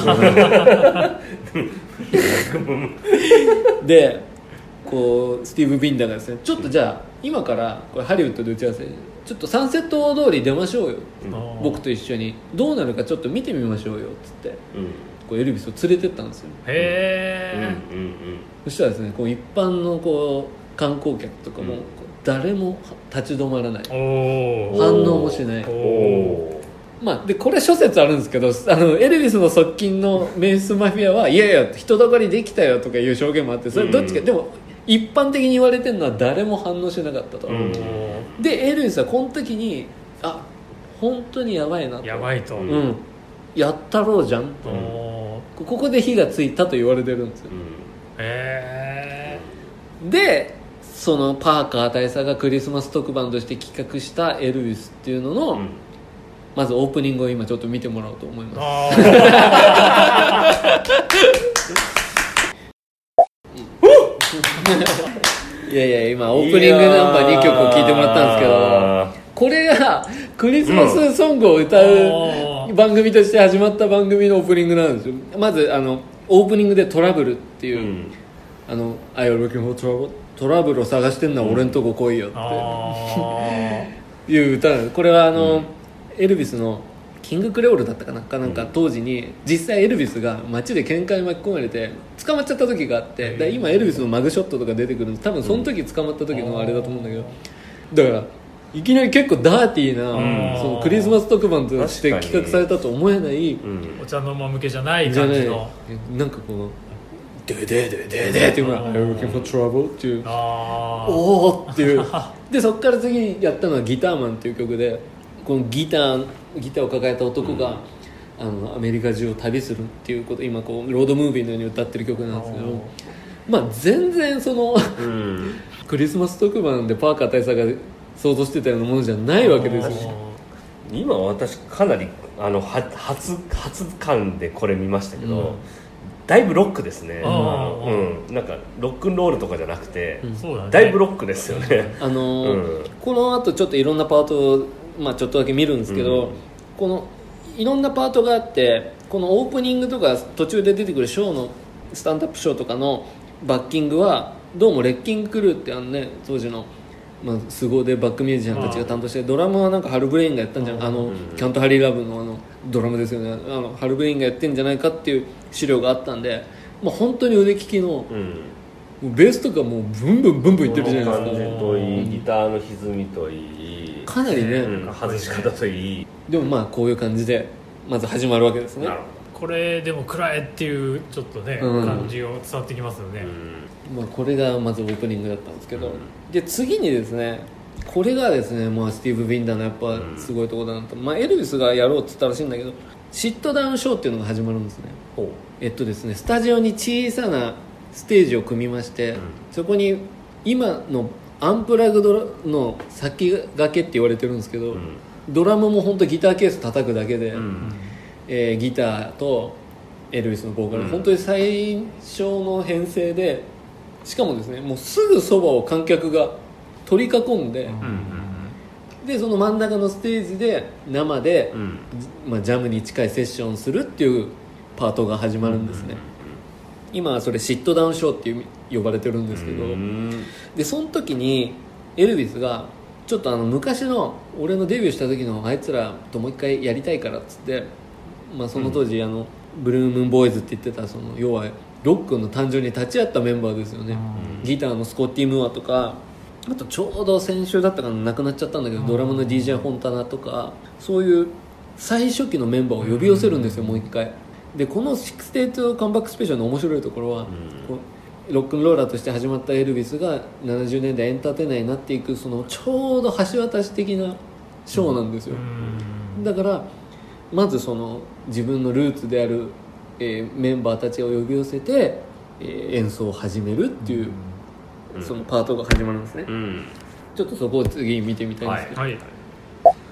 うでこうスティーブ・ウィンダーがですねちょっとじゃあ今からこれハリウッドで打ち合わせちょっとサンセット通り出ましょうよ、うん、僕と一緒にどうなるかちょっと見てみましょうよっつって、うんこうエルビスを連れてったんですよ。 へー、うんうんうん、 そしたらですねこう一般のこう観光客とかも、うん、誰も立ち止まらない、反応もしない。まあ、でこれ諸説あるんですけどあのエルビスの側近のメイスマフィアはいやいや人だかりできたよとかいう証言もあってそれどっちか、うん、でも一般的に言われてるのは誰も反応しなかったと、うん、でエルビスはこの時にあ本当にやばいなとやばいと、 うん、やったろうじゃんと、うんここで火がついたと言われてるんですよ、うん、 へでそのパーカー大佐がクリスマス特番として企画したエルヴィスっていうのの、うん、まずオープニングを今ちょっと見てもらおうと思いますいやいや今オープニングナンバーにきょくを聴いてもらったんですけどこれがクリスマスソングを歌う、うん、番組として始まった番組のオープニングなんですよ。まずあのオープニングでトラブルっていう、うん、あの I'm looking for trouble トラブルを探してんのは俺んとこ来いよって、うん、いう歌なんです。これはあの、うん、エルビスのキングクレオールだったかなかなんか当時に実際エルビスが街で喧嘩に巻き込まれて捕まっちゃった時があってだ今エルビスのマグショットとか出てくるんです多分その時捕まった時のあれだと思うんだけどだからいきなり結構ダーティーな、うん、そのクリスマス特番として企画されたと思えない、うん、 お茶の間向けじゃない感じのなんかこのデデデデデっていうのが I'm looking for trouble っていうおーっていうでそっから次にやったのはギターマンっていう曲でこのギターギターを抱えた男が、うん、あのアメリカ中を旅するっていうこと今こうロードムービーのように歌ってる曲なんですけどまあ全然その、うん、クリスマス特番でパーカー大佐が想像してたようなものじゃないわけですよ。 今私かなりあの初初感でこれ見ましたけど、うん、だいぶロックですね、うん、なんかロックンロールとかじゃなくて、うん、だいぶロックですよね。 あのーうん、この後ちょっといろんなパートを、まあ、ちょっとだけ見るんですけど、うん、このいろんなパートがあってこのオープニングとか途中で出てくるショーのスタンドアップショーとかのバッキングはどうもレッキングクルーってあのね当時のまあ、凄腕バックミュージシャンたちが担当してドラムはなんかハルブレインがやったんじゃないあの、うん、キャントハリーラブ の, あのドラムですよねあのハルブレインがやってんじゃないかっていう資料があったんで、まあ、本当に腕利きの、うん、もうベースとかもうブンブンブンブンいってるじゃないですかこの感じといいギターの歪みといいかなりね、 うん、外し方といいでもまあこういう感じでまず始まるわけですね。 これでも暗いっていうちょっとね、うん、感じを伝わってきますよね、 うんまあ、これがまずオープニングだったんですけど、うん、で次にですねこれがですね、まあ、スティーブ・ウィンダーのやっぱすごいところだなと、まあ、エルヴィスがやろうって言ったらしいんだけどシットダウンショーっていうのが始まるんですね。えっとですねスタジオに小さなステージを組みまして、うん、そこに今のアンプラグドの先駆けって言われてるんですけど、うん、ドラムも本当ギターケース叩くだけで、うんえー、ギターとエルヴィスのボーカル、うん、本当に最小の編成でしかもですねもうすぐそばを観客が取り囲んで、うん、でその真ん中のステージで生で、うんまあ、ジャムに近いセッションするっていうパートが始まるんですね、うん、今はそれシットダウンショーっていう呼ばれてるんですけど、うん、でその時にエルヴィスがちょっとあの昔の俺のデビューした時のあいつらともう一回やりたいからっつって、まあ、その当時、うん、あのブルームーンボーイズって言ってたその要はロックの誕生に立ち会ったメンバーですよね、うん、ギターのスコッティ・ムーアとかあとちょうど先週だったかな亡くなっちゃったんだけどドラムの ディージェー フォンタナとかそういう最初期のメンバーを呼び寄せるんですよ、うん、もう一回でこのろくじゅうはちカムバックスペシャルの面白いところは、うん、こうロックンローラーとして始まったエルヴィスがななじゅうねんだいエンターテイナーになっていくそのちょうど橋渡し的なショーなんですよ、うん、だからまずその自分のルーツである、えー、メンバーたちを呼び寄せて、えー、演奏を始めるっていう、うん、そのパートが始まるんですね、うん、ちょっとそこを次見てみたいんですけど、はいはい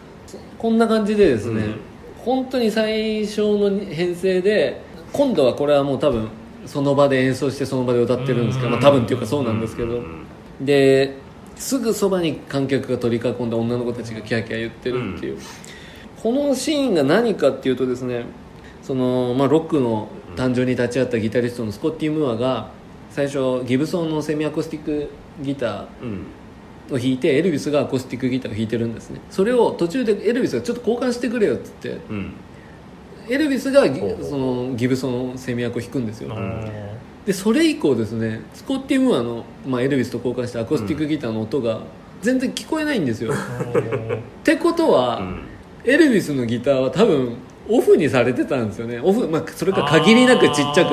こんな感じでですね、 うん、 本当に最初の編成で今度はこれはもう多分その場で演奏してその場で歌ってるんですけど、まあ、多分っていうかそうなんですけど、ですぐそばに観客が取り囲んだ女の子たちがキャーキャー言ってるっていう、うん、このシーンが何かっていうとですね、その、まあ、ロックの誕生に立ち会ったギタリストのスコッティ・ムーアが最初ギブソンのセミアコースティックギターを弾いて、エルビスがアコースティックギターを弾いてるんですね。それを途中でエルビスがちょっと交換してくれよって言って、うん、エルビスがそのギブソンのセミアコを弾くんですよ。でそれ以降ですね、スコッティ・ムーアの、まあ、エルビスと交換したアコースティックギターの音が全然聞こえないんですよ、うん、ってことは、うん、エルビスのギターは多分オフにされてたんですよね。オフ、まあ、それか限りなくちっちゃく、もともと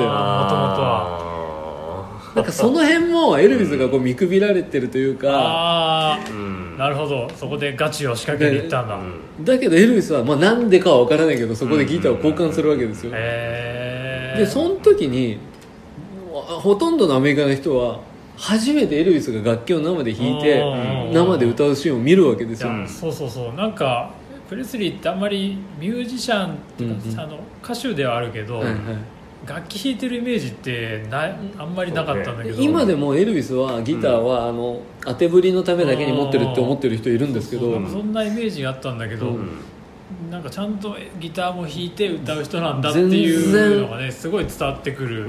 はなんかその辺もエルビスがこう見くびられてるというか、 あー、うん、なるほど、そこでガチを仕掛けに行ったんだ。 だけどエルビスは、まあ、なんでかは分からないけどそこでギターを交換するわけですよ、うん、へー。でその時にほとんどのアメリカの人は初めてエルビスが楽器を生で弾いて生で歌うシーンを見るわけですよ。 そうそうそう、なんかプレスリーってあんまりミュージシャンっていうか、うんうん、あの歌手ではあるけど、はいはい、楽器弾いてるイメージってなあんまりなかったんだけど、 今でもエルビスはギターは、うん、あの当て振りのためだけに持ってるって思ってる人いるんですけど、 そうそう、そんなイメージがあったんだけど、うん、なんかちゃんとギターも弾いて歌う人なんだっていうのがねすごい伝わってくる、うん、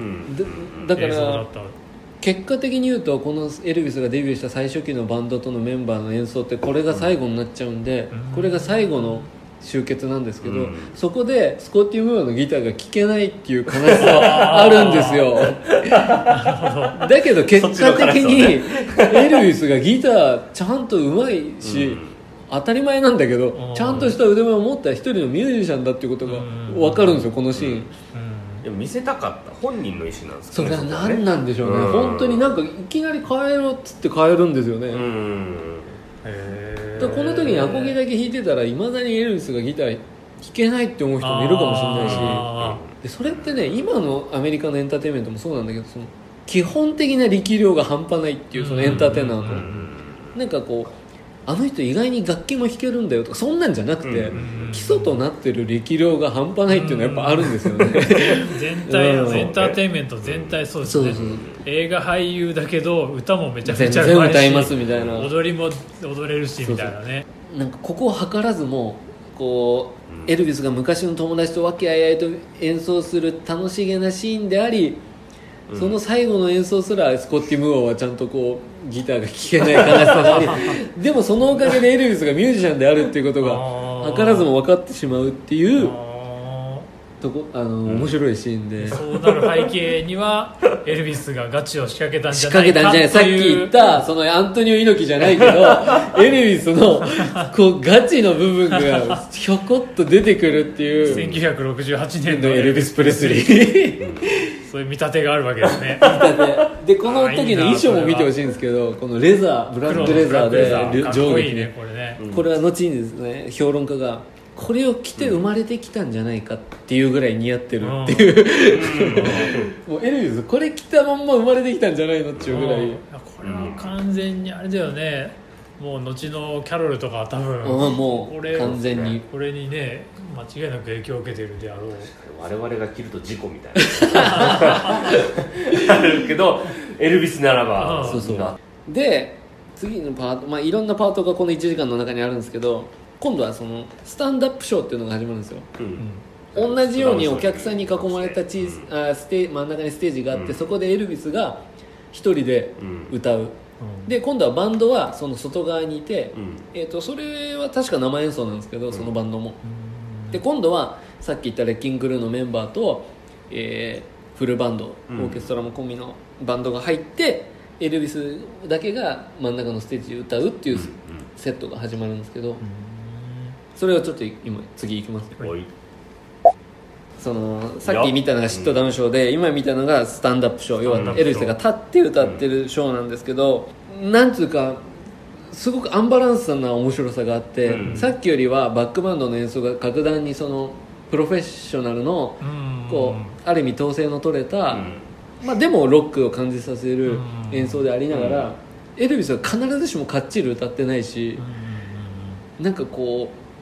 だ, だから結果的に言うとこのエルビスがデビューした最初期のバンドとのメンバーの演奏ってこれが最後になっちゃうんで、うん、これが最後の集結なんですけど、うん、そこでスコッティ・ムーアのギターが聴けないっていう悲しさがあるんですよだけど結果的にエルビスがギターちゃんと上手いし、うん、当たり前なんだけどちゃんとした腕前を持った一人のミュージシャンだっていうことが分かるんですよ、このシーン、うん、 でも見せたかった本人の意思なんですかね。 それは何なんでしょうね、うん、本当になんかいきなり帰ろうっつって帰るんですよね、うん、へー。この時にアコギだけ弾いてたらいまだにエルビスがギター弾けないって思う人もいるかもしれないし、でそれってね今のアメリカのエンターテインメントもそうなんだけど、その基本的な力量が半端ないっていうそのエンターテイナーの、うん、なんかこうあの人意外に楽器も弾けるんだよとかそんなんじゃなくて、うん、基礎となってる力量が半端ないっていうのはやっぱあるんですよね、うん、 全体のエンターテインメント全体そうですね。そうそう、映画俳優だけど歌もめちゃめちゃうまいし、全然歌いますみたいな、踊りも踊れるしみたいなね。 なんかここを図らずもこうエルビスが昔の友達と和気あいあいと演奏する楽しげなシーンであり、その最後の演奏すらスコッティ・ムーアはちゃんとこうギターが聴けない悲しさがありでもそのおかげでエルビスがミュージシャンであるっていうことが図らずも分かってしまうっていうとこ、あの、うん、面白いシーンで、 そうなる背景にはエルビスがガチを仕掛けたんじゃないかっていう、 さっき言ったそのアントニオ猪木じゃないけどエルビスのこうガチの部分がひょこっと出てくるっていうせんきゅうひゃくろくじゅうはちねんのエルビス・プレスリーそういう見立てがあるわけですね見立てでこの時の衣装も見てほしいんですけど、このレザーブラックレザーで上下ね、これね、 これは後にですね評論家がこれを着て生まれてきたんじゃないかっていうぐらい似合ってるっていう、うん、もうエルビスこれ着たまんま生まれてきたんじゃないのっていうぐらい、 これは完全にあれだよね、もう後のキャロルとか多分、 うん、もう完全にこれにね間違いなく影響を受けてるであろう。 我々が着ると事故みたいなあるけどエルビスならば、 うん、そうそうで次のパート、まあ、いろんなパートがこのいちじかんの中にあるんですけど、今度はそのスタンドアップショーっていうのが始まるんですよ、うん、同じようにお客さんに囲まれたチーズ、うん、あステ真ん中にステージがあって、うん、そこでエルビスが一人で歌う、うん、で今度はバンドはその外側にいて、うんえー、とそれは確か生演奏なんですけど、そのバンドも、うん、で今度はさっき言ったレッキングクルーのメンバーと、えー、フルバンドオーケストラも込みのバンドが入って、うん、エルビスだけが真ん中のステージで歌うっていうセットが始まるんですけど、うんそれをちょっと今次いきます、はい、そのさっき見たのがシットダウンショーで、今見たのがスタンドアップショー、要はエルビスが立って歌ってるショーなんですけど、なんつうかすごくアンバランスな面白さがあって、うん、さっきよりはバックバンドの演奏が格段にそのプロフェッショナルのこうある意味統制の取れた、うんまあ、でもロックを感じさせる演奏でありながら、エルビスは必ずしもかっちり歌ってないし、なんかこう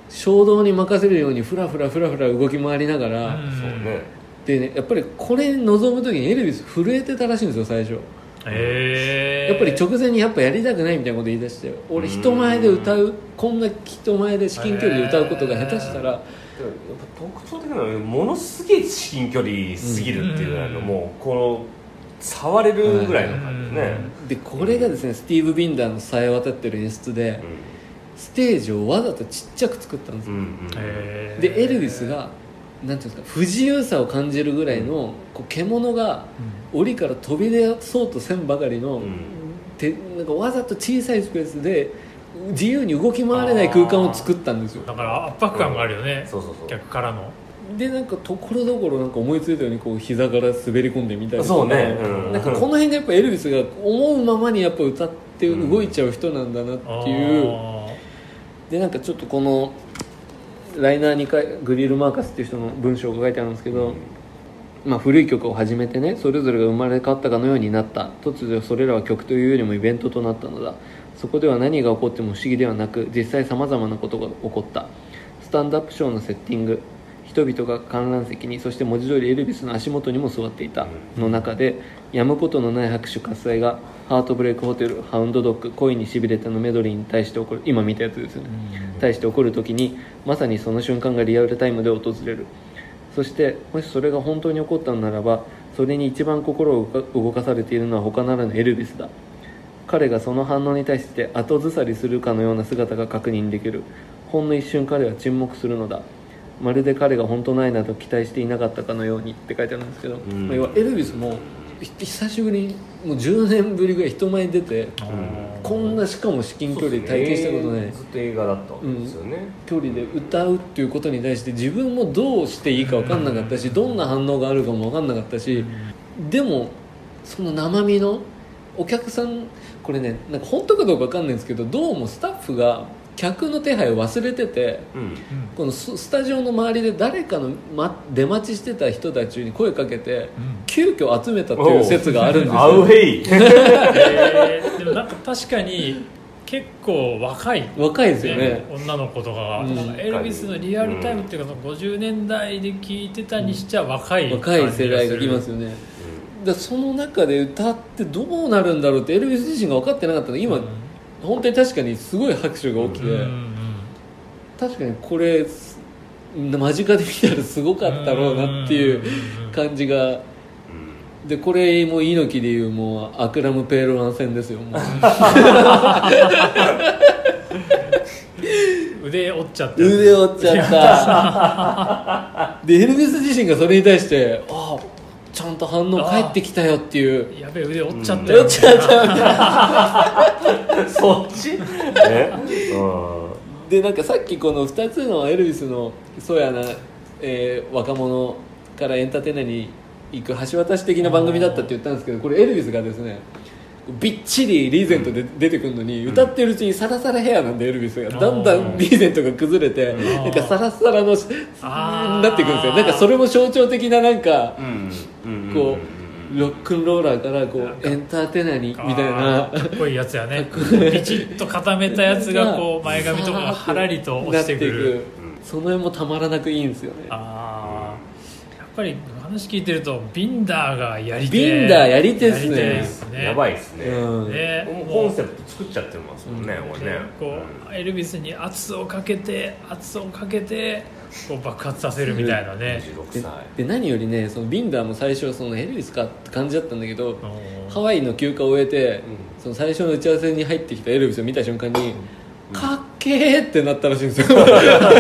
衝動に任せるようにフラフラフラフラ動き回りながら、 うん、そうね。 でねやっぱりこれ臨む時にエルビス震えてたらしいんですよ最初。 へー。 やっぱり直前にやっぱやりたくないみたいなこと言い出して、俺人前で歌う、こんな人前で至近距離で歌うことが下手したら、 やっぱ特徴的なのはものすげえ至近距離すぎるっていうぐらいの、もうこの触れるぐらいの感じね。 でこれがですねスティーブ・ビンダーのさえ渡ってる演出で、ステージをわざとちっちゃく作ったんですよ、うんうん、でエルビスがなんていうんですか不自由さを感じるぐらいのこう獣が檻から飛び出そうとせんばかりの、うん、てなんかわざと小さいスペースで自由に動き回れない空間を作ったんですよ。 だから圧迫感があるよね、 うん、そうそうそう逆からのでなんかところどころなんか思いついたようにこう膝から滑り込んでみたりとか、 そうね、うん、 なんかこの辺がやっぱエルビスが思うままにやっぱ歌って動いちゃう人なんだなっていう、うん、でなんかちょっとこのライナーにかいグリル・マーカスっていう人の文章が書いてあるんですけど、うんまあ、古い曲を始めてねそれぞれが生まれ変わったかのようになった。突如それらは曲というよりもイベントとなったのだ。そこでは何が起こっても不思議ではなく実際さまざまなことが起こった。スタンドアップショーのセッティング、人々が観覧席にそして文字通りエルビスの足元にも座っていたの中で止むことのない拍手喝采がハートブレイクホテル、ハウンドドッグ、恋にしびれたのメドレーに対して起こる、今見たやつですよね、対して起こるときにまさにその瞬間がリアルタイムで訪れる。そしてもしそれが本当に起こったのならばそれに一番心を動かされているのは他ならぬエルビスだ。彼がその反応に対して後ずさりするかのような姿が確認できる。ほんの一瞬彼は沈黙するのだ。まるで彼が本当の愛など期待していなかったかのようにって書いてあるんですけど、うん、要はエルビスも久しぶりにもうじゅうねんぶりぐらい人前に出て、うん、こんなしかも至近距離で体験したことない、 ずっと映画だったんですよね、 うん、距離で歌うっていうことに対して自分もどうしていいか分かんなかったし、どんな反応があるかも分かんなかったし、でもその生身のお客さんこれねなんか本当かどうか分かんないんですけど、どうもスタッフが客の手配を忘れてて、うん、このスタジオの周りで誰かの、ま、出待ちしてた人たちに声かけて、うん、急遽集めたっていう説があるんですよ。 アウェイ、 えー、でもなんか確かに結構若い若いですよね、ね女の子とかが、うん、エルビスのリアルタイムっていうか、うん、ごじゅうねんだいで聴いてたにしちゃ若い、 うん、若い世代がいますよね、うん、だその中で歌ってどうなるんだろうってエルビス自身が分かってなかったの今、うん本当に確かにすごい拍手が起きて、うんうん、確かにこれ間近で見たらすごかったろうなっていう感じが、でこれも猪木でいうもうアクラム・ペーロラン戦ですよもう腕折っちゃった腕折っちゃったでエルビス自身がそれに対してああちゃんと反応返ってきたよっていうやべえ腕折っちゃったよ、 うん、折っちゃったそっちえ、 うん、でなんかさっきこのふたつのエルビスのそうやな、えー、若者からエンターテイナーに行く橋渡し的な番組だったって言ったんですけど、これエルビスがですねびっちりリーゼントで出てくるのに、うん、歌ってるうちにサラサラヘアなんでエルビスがだんだんリーゼントが崩れてなんかサラサラのなっていくんですよ。なんかそれも象徴的ななんか、うん、こうロックンローラーからこうエンターテイナーにみたいなかっこいいやつやねピチッと固めたやつがこう前髪とかがはらりと落ちてくる、 その辺もたまらなくいいんですよね。 あやっぱり話聞いてるとビンダーがやり手ビンダーやり手ですね。 やばいですね、 うん、 ねコンセプト作っちゃってますもんね、うん、俺ねこうエルビスに圧をかけて圧をかけてこう爆発させるみたいなね。 じゅうろくさいで, で何よりねそのビンダーも最初はそのエルビスかって感じだったんだけど、ハワイの休暇を終えて、うん、その最初の打ち合わせに入ってきたエルビスを見た瞬間に、うん、かっけーってなったらしいんですよや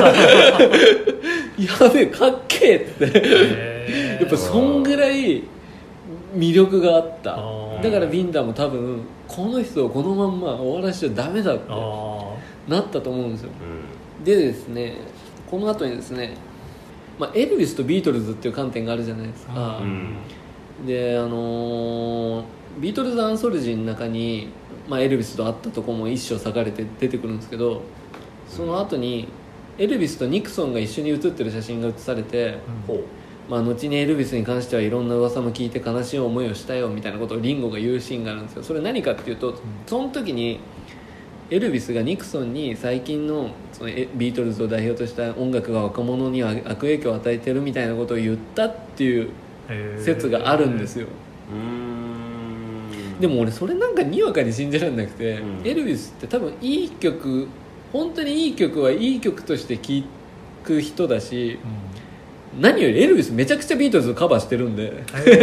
べえかっけーってやっぱそんぐらい魅力があった。だからビンダーも多分この人をこのまんま終わらしちゃダメだってなったと思うんですよ、うん、でですねこの後にですね、まあ、エルビスとビートルズっていう観点があるじゃないですか、うん、であのー、ビートルズアンソロジーの中に、まあ、エルビスと会ったとこも一章裂かれて出てくるんですけど、その後にエルビスとニクソンが一緒に写ってる写真が写されて、うんまあ、後にエルビスに関してはいろんな噂も聞いて悲しい思いをしたよみたいなことをリンゴが言うシーンがあるんですよ。それ何かっていうと、その時にエルビスがニクソンに最近 の, そのビートルズを代表とした音楽が若者には悪影響を与えてるみたいなことを言ったっていう説があるんですよ。 うーんでも俺それなんかにわかに信じられなくて、 うん、 エルビスって多分いい曲、本当にいい曲はいい曲として聴く人だし、うん、何よりエルビスめちゃくちゃビートルズをカバーしてるんで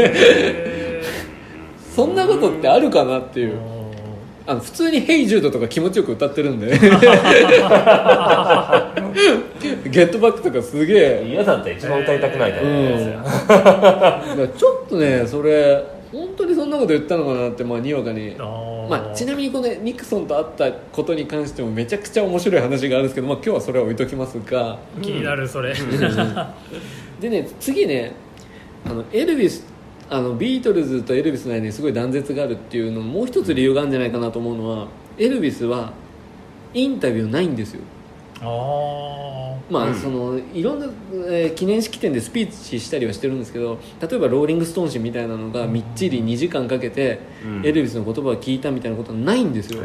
そんなことってあるかなっていう、あの普通にヘイジュードとか気持ちよく歌ってるんでゲットバックとかすげえ嫌だったら一番歌いたくないタイプのやつや、 うん、ちょっとねそれ本当にそんなこと言ったのかなって、まあ、にわかに、まあ、ちなみにこのニクソンと会ったことに関してもめちゃくちゃ面白い話があるんですけど、まあ、今日はそれは置いときますが、 気になるそれでね次ねあのエルビスあのビートルズとエルビスの間にすごい断絶があるっていうのももう一つ理由があるんじゃないかなと思うのは、エルビスはインタビューないんですよ。 あまあ、うん、そのいろんな、えー、記念式典でスピーチしたりはしてるんですけど、例えばローリングストーン誌みたいなのがみっちりにじかんかけてエルビスの言葉を聞いたみたいなことはないんですよ、うん、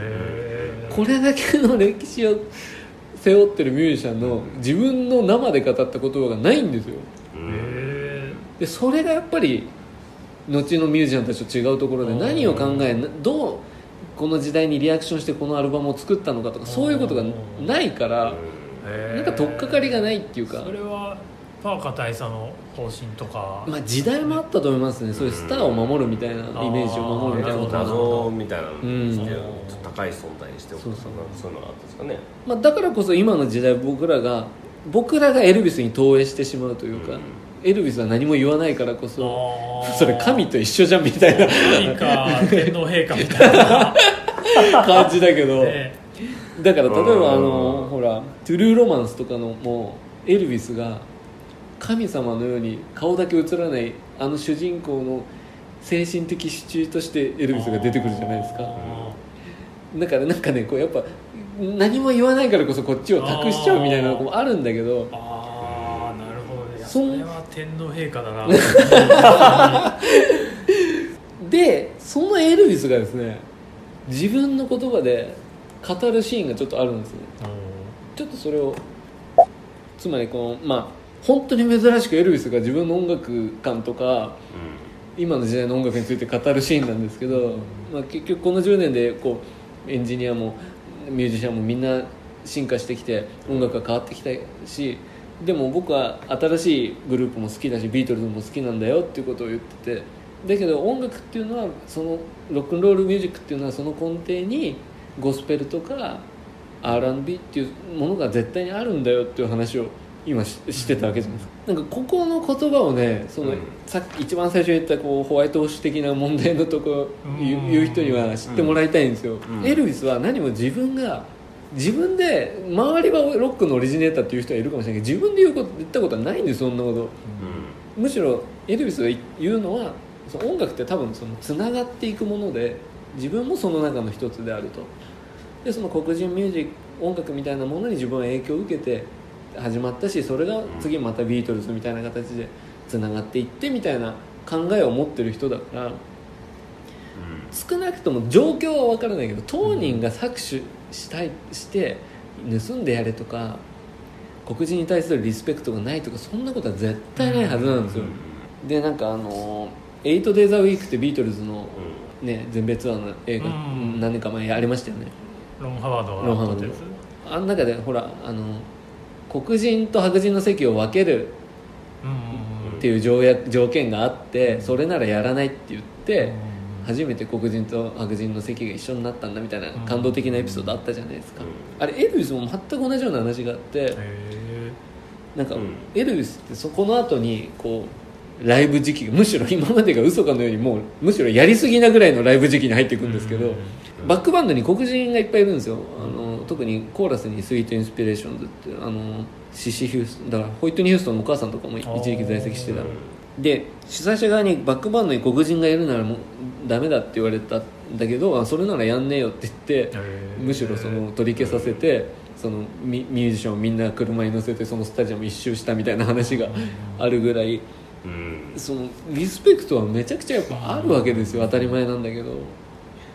これだけの歴史を背負ってるミュージシャンの自分の生で語った言葉がないんですよ。でそれがやっぱり後のミュージシャンたちと違うところで、何を考えどうこの時代にリアクションしてこのアルバムを作ったのかとか、そういうことがないから、なんか取っかかりがないっていうか。 それはパーカ大佐の方針とか、 まあ、時代もあったと思いますね。そういうスターを守るみたいなイメージを守るみたいなことが謎みたいなのを、うん、高い存在にしておくとか、そういうのがあったんですかね。 まあ、だからこそ今の時代僕らが僕らがエルビスに投影してしまうというか、うん、エルビスは何も言わないからこそそれ神と一緒じゃんみたいな何か天皇陛下みたいな感じだけど、ね、だから例えばあのほらトゥルーロマンスとかのもうエルビスが神様のように顔だけ映らないあの主人公の精神的支柱としてエルビスが出てくるじゃないですか。だからなんかねこうやっぱ何も言わないからこそこっちを託しちゃうみたいなのもあるんだけど、 ああなるほどね。それは天皇陛下だなでそのエルビスがですね自分の言葉で語るシーンがちょっとあるんですね。ちょっとそれをつまりこのまあ本当に珍しくエルビスが自分の音楽観とか、うん、今の時代の音楽について語るシーンなんですけど、うんまあ、結局このじゅうねんでこうエンジニアもミュージシャンもみんな進化してきて音楽が変わってきたし、でも僕は新しいグループも好きだしビートルズも好きなんだよっていうことを言ってて、だけど音楽っていうのはそのロックンロールミュージックっていうのはその根底にゴスペルとか アールアンドビー っていうものが絶対にあるんだよっていう話を今 し, してたわけじゃないですか。なんかここの言葉をねその、うん、さっき一番最初に言ったこうホワイトウォッシュ的な問題のところ言 う, 言う人には知ってもらいたいんですよ、うん、エルビスは何も自分が自分で周りはロックのオリジネーターっていう人はいるかもしれないけど自分で言うこと言ったことはないんですそんなこと、うん、むしろエルビスが言うのはその音楽って多分そのつながっていくもので自分もその中の一つであると。でその黒人ミュージック音楽みたいなものに自分は影響を受けて始まったし、それが次またビートルズみたいな形でつながっていってみたいな考えを持ってる人だから、うん、少なくとも状況は分からないけど当人が搾取したいして盗んでやれとか黒人に対するリスペクトがないとかそんなことは絶対ないはずなんですよ、うん、でなんかあのエイト Days a Week ってビートルズの、ね、全米ツアーの映画、うん、何年か前ありましたよね。 ロン・ハワードが撮ってるやつ。 あの中でほらあの黒人と白人の席を分けるっていう条約条件があってそれならやらないって言って初めて黒人と白人の席が一緒になったんだみたいな感動的なエピソードあったじゃないですか。あれエルビスも全く同じような話があってなんかエルビスってそこの後にこうライブ時期むしろ今までが嘘かのようにもうむしろやりすぎなぐらいのライブ時期に入っていくんですけどバックバンドに黒人がいっぱいいるんですよ。あの特にコーラスにスイートインスピレーションズってあのシシヒュースだからホイットニー・ヒューストンのお母さんとかも一時期在籍してたで主催者側にバックバンドに黒人がいるならもうダメだって言われたんだけどそれならやんねえよって言ってむしろその取り消させてその ミ, ミュージシャンをみんな車に乗せてそのスタジアム一周したみたいな話があるぐらいそのリスペクトはめちゃくちゃやっぱあるわけですよ。当たり前なんだけど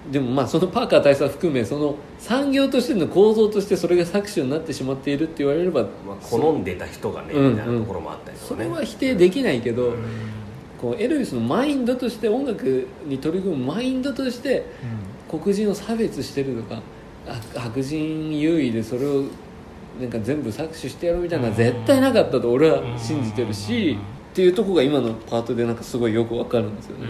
でもまあそのパーカー大佐含めその産業としての構造としてそれが搾取になってしまっているって言われれば、 まあ、好んでた人がね、うんうん、みたいなところもあったりとかね、 それは否定できないけど、うん、こうエルヴィスのマインドとして音楽に取り組むマインドとして黒人を差別してるとか、白人優位でそれをなんか全部搾取してやろうみたいなのは絶対なかったと俺は信じてるし、っていうところが今のパートでなんかすごいよくわかるんですよね。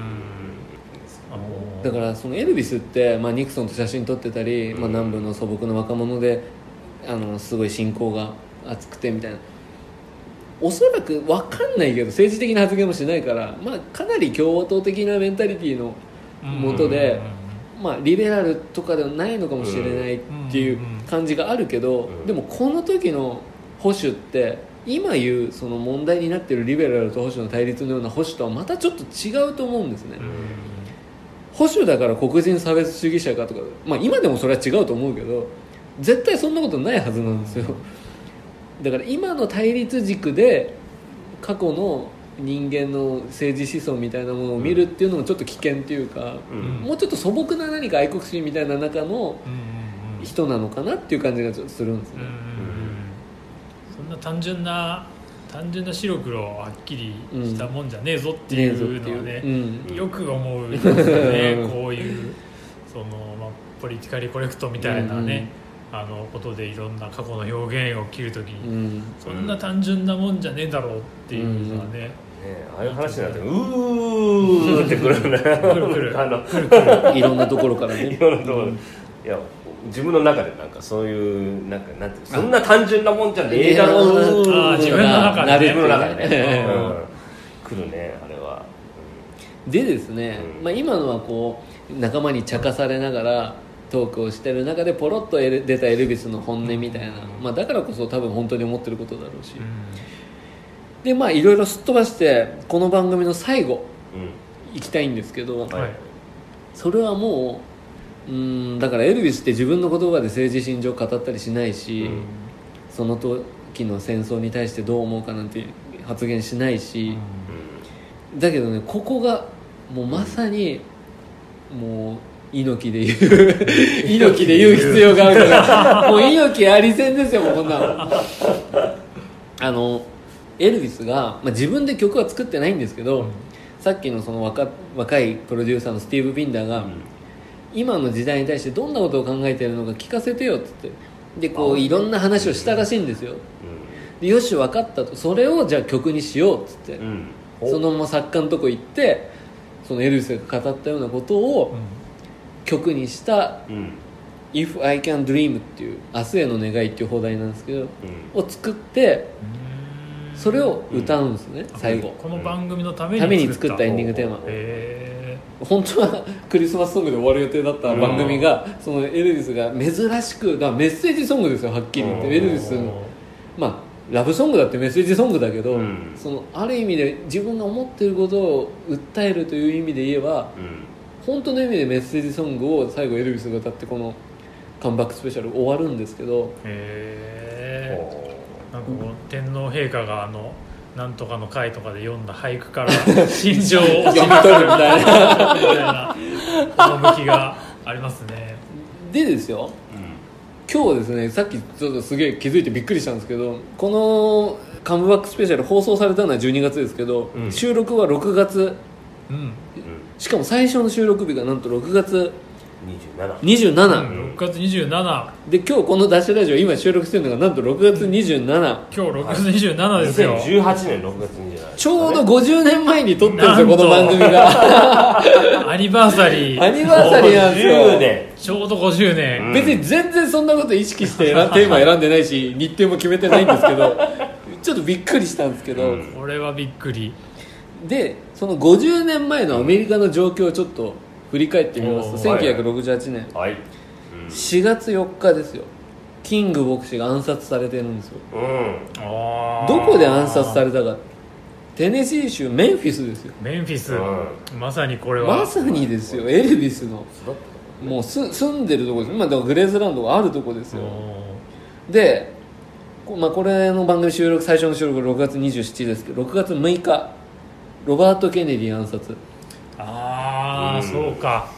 だからそのエルヴィスって、まあ、ニクソンと写真撮ってたり、まあ、南部の素朴な若者であのすごい信仰が熱くてみたいな、おそらく分かんないけど政治的な発言もしないから、まあ、かなり共和党的なメンタリティのもとで、まあ、リベラルとかではないのかもしれないっていう感じがあるけど、でもこの時の保守って今言うその問題になっているリベラルと保守の対立のような保守とはまたちょっと違うと思うんですね。保守だから黒人差別主義者かとか、まあ、今でもそれは違うと思うけど絶対そんなことないはずなんですよ。だから今の対立軸で過去の人間の政治思想みたいなものを見るっていうのもちょっと危険っていうか、うん、もうちょっと素朴な何か愛国心みたいな中の人なのかなっていう感じがちょっとするんですね。うんうんうん、 そんな単純な単純な白黒はっきりしたもんじゃねえぞっていうのはね、うん、よく思うんですよね。こういうその、まあ、ポリティカリコレクトみたいなね、うん、あのことでいろんな過去の表現を切るときに、うん、そんな単純なもんじゃねえだろうっていうのはね、うんね、 ああいう話になってうーってくるね。 くるくるあのくるくるいろんなところからね。 いろんなところ、うん、いや自分の中でなんかそういうなんかなんていうそんな単純なもんじゃねえだろう、 あ自分の中でね、 自分の中でね、うん、来るねあれは。 うん、でですね、うんまあ、今のはこう仲間に茶化されながらトークをしてる中でポロッと出たエルヴィスの本音みたいな、まあ、だからこそ多分本当に思ってることだろうし、うん、でまあいろいろすっ飛ばしてこの番組の最後、うん、行きたいんですけど、はい、それはもううんだからエルヴィスって自分の言葉で政治信条を語ったりしないし、うん、その時の戦争に対してどう思うかなんて発言しないし、うん、だけどねここがもうまさにもう猪木で言う猪木で言う必要があるからもう猪木ありせんですよもうこんなのあのエルヴィスが、まあ、自分で曲は作ってないんですけど、うん、さっきのその 若, 若いプロデューサーのスティーブ・ビンダーが、うん今の時代に対してどんなことを考えているのか聞かせてよって言ってでこういろんな話をしたらしいんですよ。でよし分かったとそれをじゃあ曲にしようって言って、うん、そのまま作家のとこ行ってそのエルヴィスが語ったようなことを曲にした「うん、If I Can Dream」っていう「明日への願い」っていう放題なんですけど、うん、を作ってそれを歌うんですね、うん、最後この番組のために作ったエンディングテーマ。へー本当はクリスマスソングで終わる予定だった番組が、うん、そのエルヴィスが珍しくがメッセージソングですよはっきり言って、うん、エルヴィスのまあラブソングだってメッセージソングだけど、うん、そのある意味で自分が思っていることを訴えるという意味で言えば、うん、本当の意味でメッセージソングを最後エルヴィスが歌ってこのカムバックスペシャル終わるんですけどへーなんかこう天皇陛下があのなんとかの回とかで読んだ俳句から心情を読み取るみたいなみたいな趣がありますね。 でですよ、うん、今日ですねさっきちょっとすげえ気づいてびっくりしたんですけどこのカムバックスペシャル放送されたのはじゅうにがつですけど、うん、収録はろくがつ、うん、しかも最初の収録日がなんとろくがつにじゅうしち、うん、 ろくがつにじゅうしちで今日このダッシュラジオ今収録してるのがなんとろくがつにじゅうしち、うん、今日ろくがつにじゅうしちですよ。 にせんじゅうはちねんろくがつにじゅうしち、 ちょうどごじゅうねんまえに撮ってるんですよこの番組がアニバーサリーアニバーサリーなんですよごじゅうねんちょうどごじゅうねん、 うん、別に全然そんなこと意識してテーマ選んでないし日程も決めてないんですけどちょっとびっくりしたんですけど、うん、 これはびっくりでそのごじゅうねんまえのアメリカの状況をちょっと振り返ってみますとせんきゅうひゃくろくじゅうはちねん、はいうん、しがつよっかですよキング牧師が暗殺されてるんですよ、うん、あどこで暗殺されたかテネシー州メンフィスですよメンフィス、うん、まさにこれはまさにですよエルヴィスのもうす住んでるところです今だからグレーズランドがあるところですよで、まあ、これの番組収録最初の収録ろくがつにじゅうしちですけどろくがつむいかロバート・ケネディ暗殺ああ、うん、そうか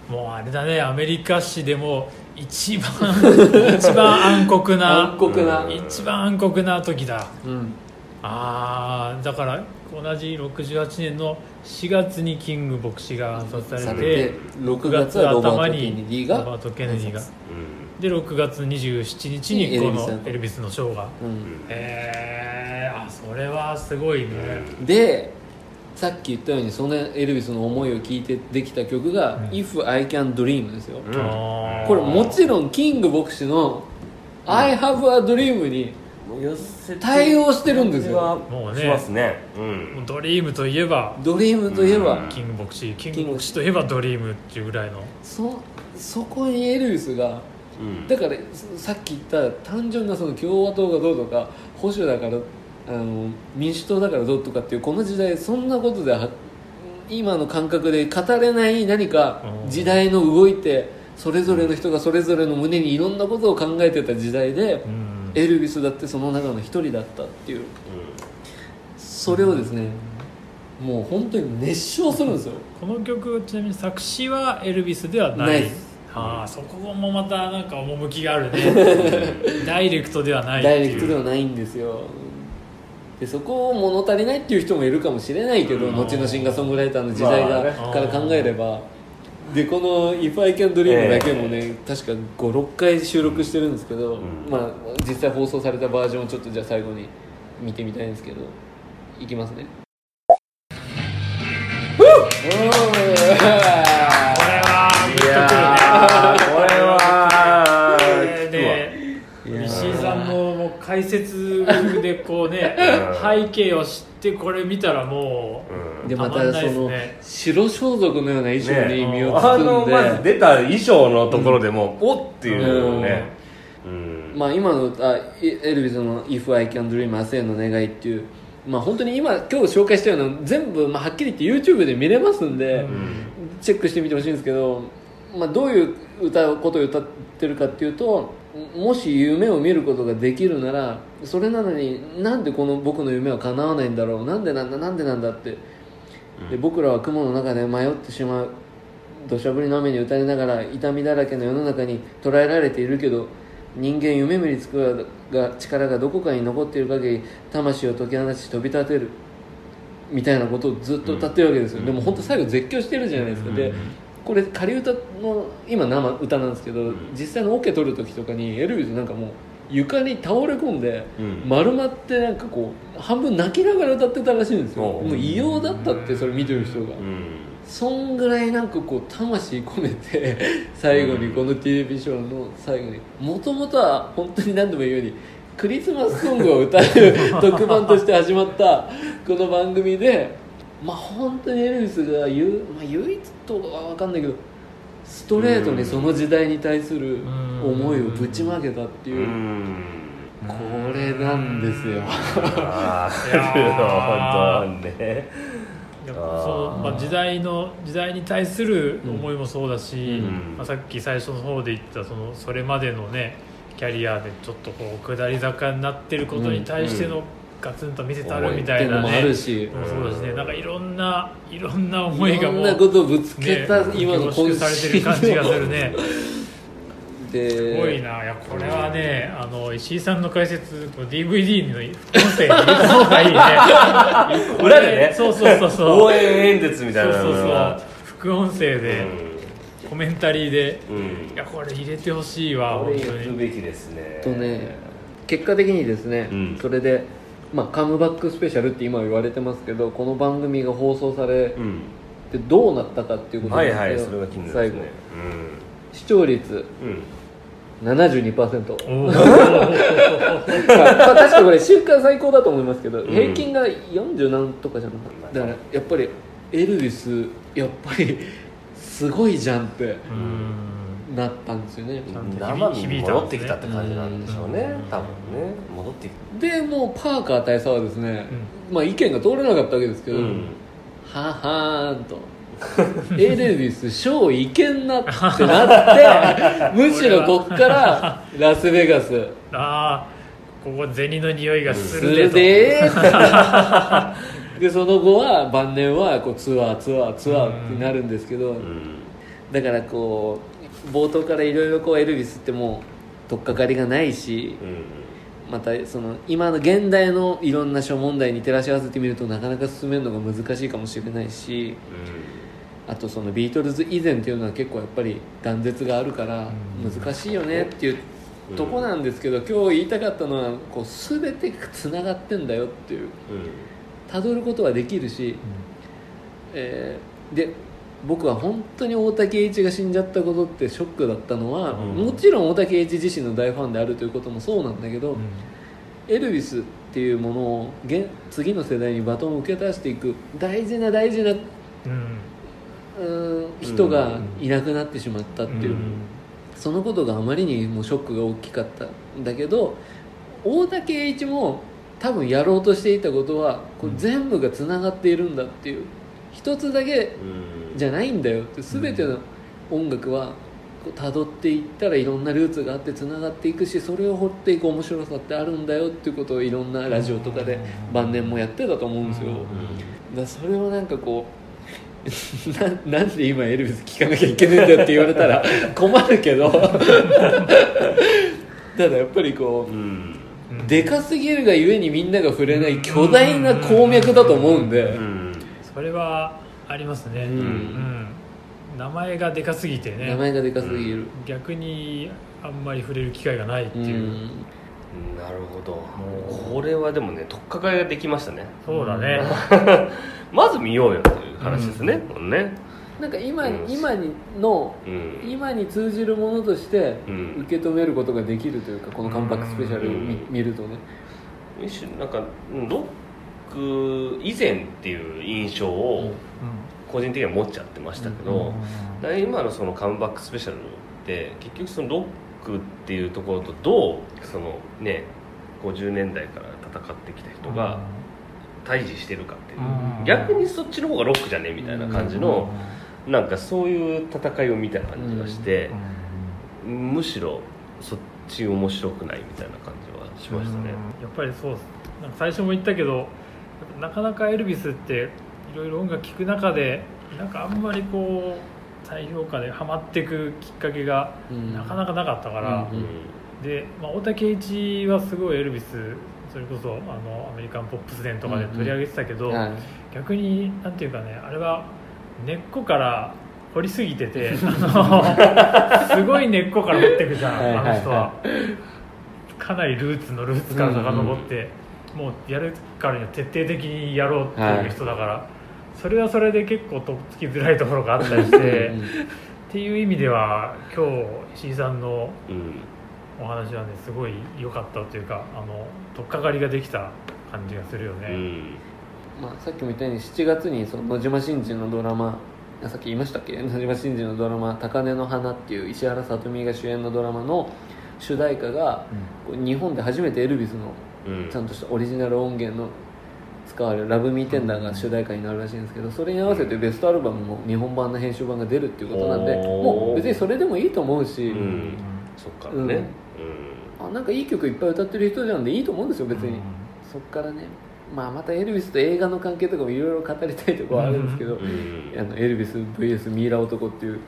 もうあれだね、アメリカ史でも一番一番暗黒な暗黒な一番暗黒な時だ、 うん、 ああだから同じろくじゅうはちねんのしがつにキング牧師が暗殺されて、 れてろくがつはロバート・ケネディがロバート・ケネディが、でろくがつにじゅうしちにちにこのエルビスのショーが、うん、えー、あそれはすごいね。 でさっき言ったようにそのエルビスの思いを聞いてできた曲が、うん、If I Can Dream ですよ、うん、これもちろんキング牧師の I Have a Dream に対応してるんですよ。 もうねしますね、うん、 ドリームといえばドリームといえば、 うん、キング牧師キング牧師といえばドリームっていうぐらいのそ, そこにエルビスが、うん、だからさっき言った単純なその共和党がどうとか保守だからあの民主党だからどうとかっていうこの時代そんなことで今の感覚で語れない何か時代の動いてそれぞれの人がそれぞれの胸にいろんなことを考えてた時代で、うん、エルビスだってその中の一人だったっていう、うん、それをですね、うん、もう本当に熱唱するんですよ。 この曲ちなみに作詞はエルビスではない。ないです。ああそこもまたなんか趣があるねダイレクトではないっていう。 ダイレクトではないんですよ。でそこを物足りないっていう人もいるかもしれないけど、うん、後のシンガーソングライターの時代が、まあ、から考えればでこの If I Can Dream だけもね、えー、確かごろっかい収録してるんですけど、うんまあ、実際放送されたバージョンをちょっとじゃあ最後に見てみたいんですけどいきますね。これはグッとくるね。これは石井さんももう解説でこうね背景を知ってこれ見たらもうでまたその白装束のような衣装に身を包んで、 あのまず出た衣装のところでも、うん、おっていうね、 うんうん、まあ今のあエルビスの If I Can Dream 明日への願いっていうまあ本当に今今日紹介したような全部、まあ、はっきり言って YouTube で見れますんで、うん、チェックしてみてほしいんですけど、まあ、どういう歌うことを歌ってるかっていうともし夢を見ることができるならそれなのになんでこの僕の夢は叶わないんだろうなんでなんだなんでなんだってで僕らは雲の中で迷ってしまう土砂降りの雨に打たれながら痛みだらけの世の中に捉えられているけど人間夢見につくが力がどこかに残っている限り魂を解き放ち飛び立てるみたいなことをずっと歌ってるわけですよ、うん、でも本当最後絶叫してるじゃないですか、うん、でこれ仮歌の今生歌なんですけど、うん、実際のオケ取る時とかにエルビスなんかもう床に倒れ込んで、うん、丸まってなんかこう半分泣きながら歌ってたらしいんですよ、うん、もう異様だったってそれ見てる人が、うん、そんぐらいなんかこう魂込めて最後にこのテレビショーの最後にもともとは本当に何度も言うようにクリスマスソングを歌う特番として始まったこの番組でまあ本当にエルビスが言う、まあ、唯一とは分かんないけどストレートにその時代に対する思いをぶちまけたっていうこれなんですよ。 ああ本当ねそうまあ、時代の時代に対する思いもそうだし、うんまあ、さっき最初の方で言ったそのそれまでのねキャリアでちょっとこう下り坂になってることに対しての、うんうんガツンと見せたるみたいなね、 もあるし、 そうですね。なんかいろんないろんな思いがもういろんなことをぶつけた、ね、今の凝縮されてる感じがするね。 ですごいな。いやこれはね、あの石井さんの解説 ディーブイディー の音声に入れた方がいいね。 裏でね。 そうそうそうそう。 応援演説みたいなのが。そうそうそう副音声で、うん、コメンタリーで、うん、いやこれ入れてほしいわ。 これ入れるべきですね。 とね、結果的にですね、うん、それで。まあ、カムバックスペシャルって今言われてますけどこの番組が放送されてどうなったかっていうことなんですけど、はいはい、それが気になる最後、うん、視聴率、うん、ななじゅうにパーセント まあ確かこれ週間最高だと思いますけど、うん、平均がよんじゅう何とかじゃなかっただからやっぱりエルビスやっぱりすごいじゃんってうんなったんですよね。 生に戻ってきたって感じなんでしょうね、うん、多分ね戻ってきたでもうパーカー大佐はですね、うん、まあ意見が通れなかったわけですけど、うん、ははーんとエルビスショーいけんなってなってむしろこっからラスベガスああここ銭の匂いがするでとででその後は晩年はこうツアーツアーツアーってなるんですけど、うんだからこう冒頭からいろいろこうエルビスってもう取っかかりがないし、うん、またその今の現代のいろんな諸問題に照らし合わせてみるとなかなか進めるのが難しいかもしれないし、うん、あとそのビートルズ以前っていうのは結構やっぱり断絶があるから難しいよねっていうとこなんですけど、今日言いたかったのはこう全てがつながってんだよっていう辿ることはできるし、うんえー、で僕は本当に大竹栄一が死んじゃったことってショックだったのは、うん、もちろん大竹栄一自身の大ファンであるということもそうなんだけど、うん、エルヴィスっていうものを次の世代にバトンを受け出していく大事な大事な、うん、人がいなくなってしまったっていう、うん、そのことがあまりにもショックが大きかったんだけど、大竹栄一も多分やろうとしていたことはこれ全部がつながっているんだっていう、一つだけじゃないんだよって、全ての音楽は辿っていったらいろんなルーツがあってつながっていくし、それを掘っていく面白さってあるんだよっていうことをいろんなラジオとかで晩年もやってたと思うんですよ。だからそれをなんかこう な, なんで今エルヴィス聴かなきゃいけないんだよって言われたら困るけどただやっぱりこう、うんでかすぎるがゆえにみんなが触れない巨大な鉱脈だと思うんで、うん、 それはありますね、うんうん、名前がでかすぎてね、 名前がでかすぎる、うん、 逆にあんまり触れる機会がないっていう、うん、 なるほど。これはでもね取っかかりができましたね。 そうだねまず見ようよという話ですね、うん、ねなんか 今,、うん、今にの、うん、今に通じるものとして受け止めることができるというか、このカンパクスペシャルを 見,、うん、見るとね、 なんかロック以前っていう印象を個人的には持っちゃってましたけど、うん、今のそのカムバックスペシャルって結局そのロックっていうところとどうそのねごじゅうねんだいから戦ってきた人が対峙してるかっていう、うん、逆にそっちの方がロックじゃねえみたいな感じの、うん、なんかそういう戦いを見た感じがして、うん、むしろそっち面白くないみたいな感じはしましたね、 うん、やっぱりそうなんか最初も言ったけどなかなかエルヴィスっていろいろ音楽聴く中でなんかあんまりこう再評価でハマっていくきっかけがなかなかなかったから、うんうん、で、まあ、大竹栄一はすごいエルヴィスそれこそあのアメリカンポップス伝とかで取り上げてたけど、うんうんはい、逆になんていうかねあれは根っこから掘りすぎててあのすごい根っこから掘っていくじゃん、はいはいはい、あの人はかなりルーツのルーツから遡って、うんうん、もうやるからには徹底的にやろうっていう人だから、はい、それはそれで結構とっつきづらいところがあったりしてうん、っていう意味では今日石井さんのお話はねすごい良かったというかあの取っかかりができた感じがするよね、うんまあ、さっきも言ったようにしちがつにその野島伸二のドラマさっき言いましたっけ野島伸二のドラマ「高嶺の花」っていう石原さとみが主演のドラマの主題歌が、うん、日本で初めてエルヴィスのちゃんとしたオリジナル音源の使われる「ラブミーテンダー」が主題歌になるらしいんですけど、それに合わせてベストアルバムも日本版の編集版が出るっていうことなんで、もう別にそれでもいいと思うし、うん、 そっからね、 うん、あなんかいい曲いっぱい歌ってる人じゃんでいいと思うんですよ別に、うん、そっからね、まあ、またエルヴィスと映画の関係とかもいろいろ語りたいところはあるんですけど、うん、あのエルヴィス ブイエス ミイラ男っていう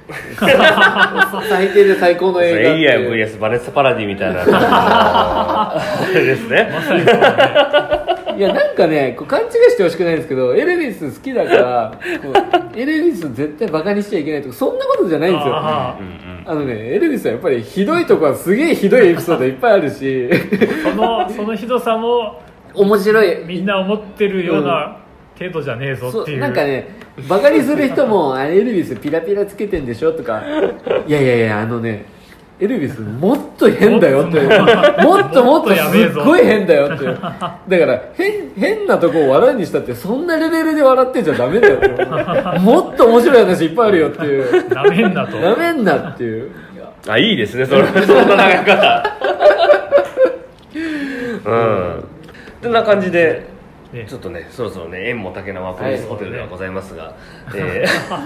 最低で最高の映画っていや ブイエス バネッサ・パラディみたいなあれですねまさにそうだねいやなんかねこう勘違いしてほしくないんですけどエルヴィス好きだからこうエルヴィス絶対バカにしちゃいけないとかそんなことじゃないんですよ。あ、あのねエルヴィスはやっぱりひどいとこはすげえひどいエピソードいっぱいあるしそのそのひどさも面白いみんな思ってるような程度じゃねえぞっていう、うん、 なんかねバカにする人もあれエルヴィスピラピラつけてんでしょとかいやいやいやあのねエルヴィスもっと変だよってもっともっとすっごい変だよってだから変変なとこを笑いにしたってそんなレベルで笑ってんじゃダメだよってもっと面白い話いっぱいあるよっていうダメんなとダメんなっていうあいいですねそれそんな長方うんこんな感じでちょっとねそろそろね縁も竹縄プリンスホテルではございますが、はいえ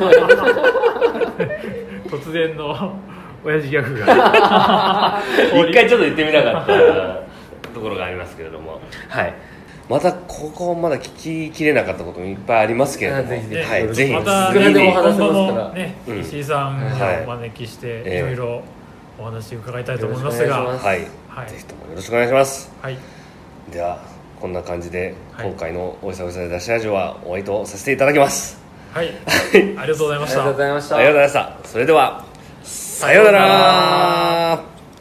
ー、突然の親父ギャグが一回ちょっと言ってみなかったところがありますけれどもはいまたここまだ聞ききれなかったこともいっぱいありますけれども、 ぜひね、 はい、ぜひまたいくらでも話せますから今後もね、 うん、 石井さんをお招きしていろいろお話伺いたいと思いますが、 はい、 はいはい、 ぜひともよろしくお願いします。 はい、 ではこんな感じで、 はい、 今回のおいさおいさで出しラジオはお相手をさせていただきます。 はい、ありがとうございました。 ありがとうございました。 ありがとうございました。それではさようなら。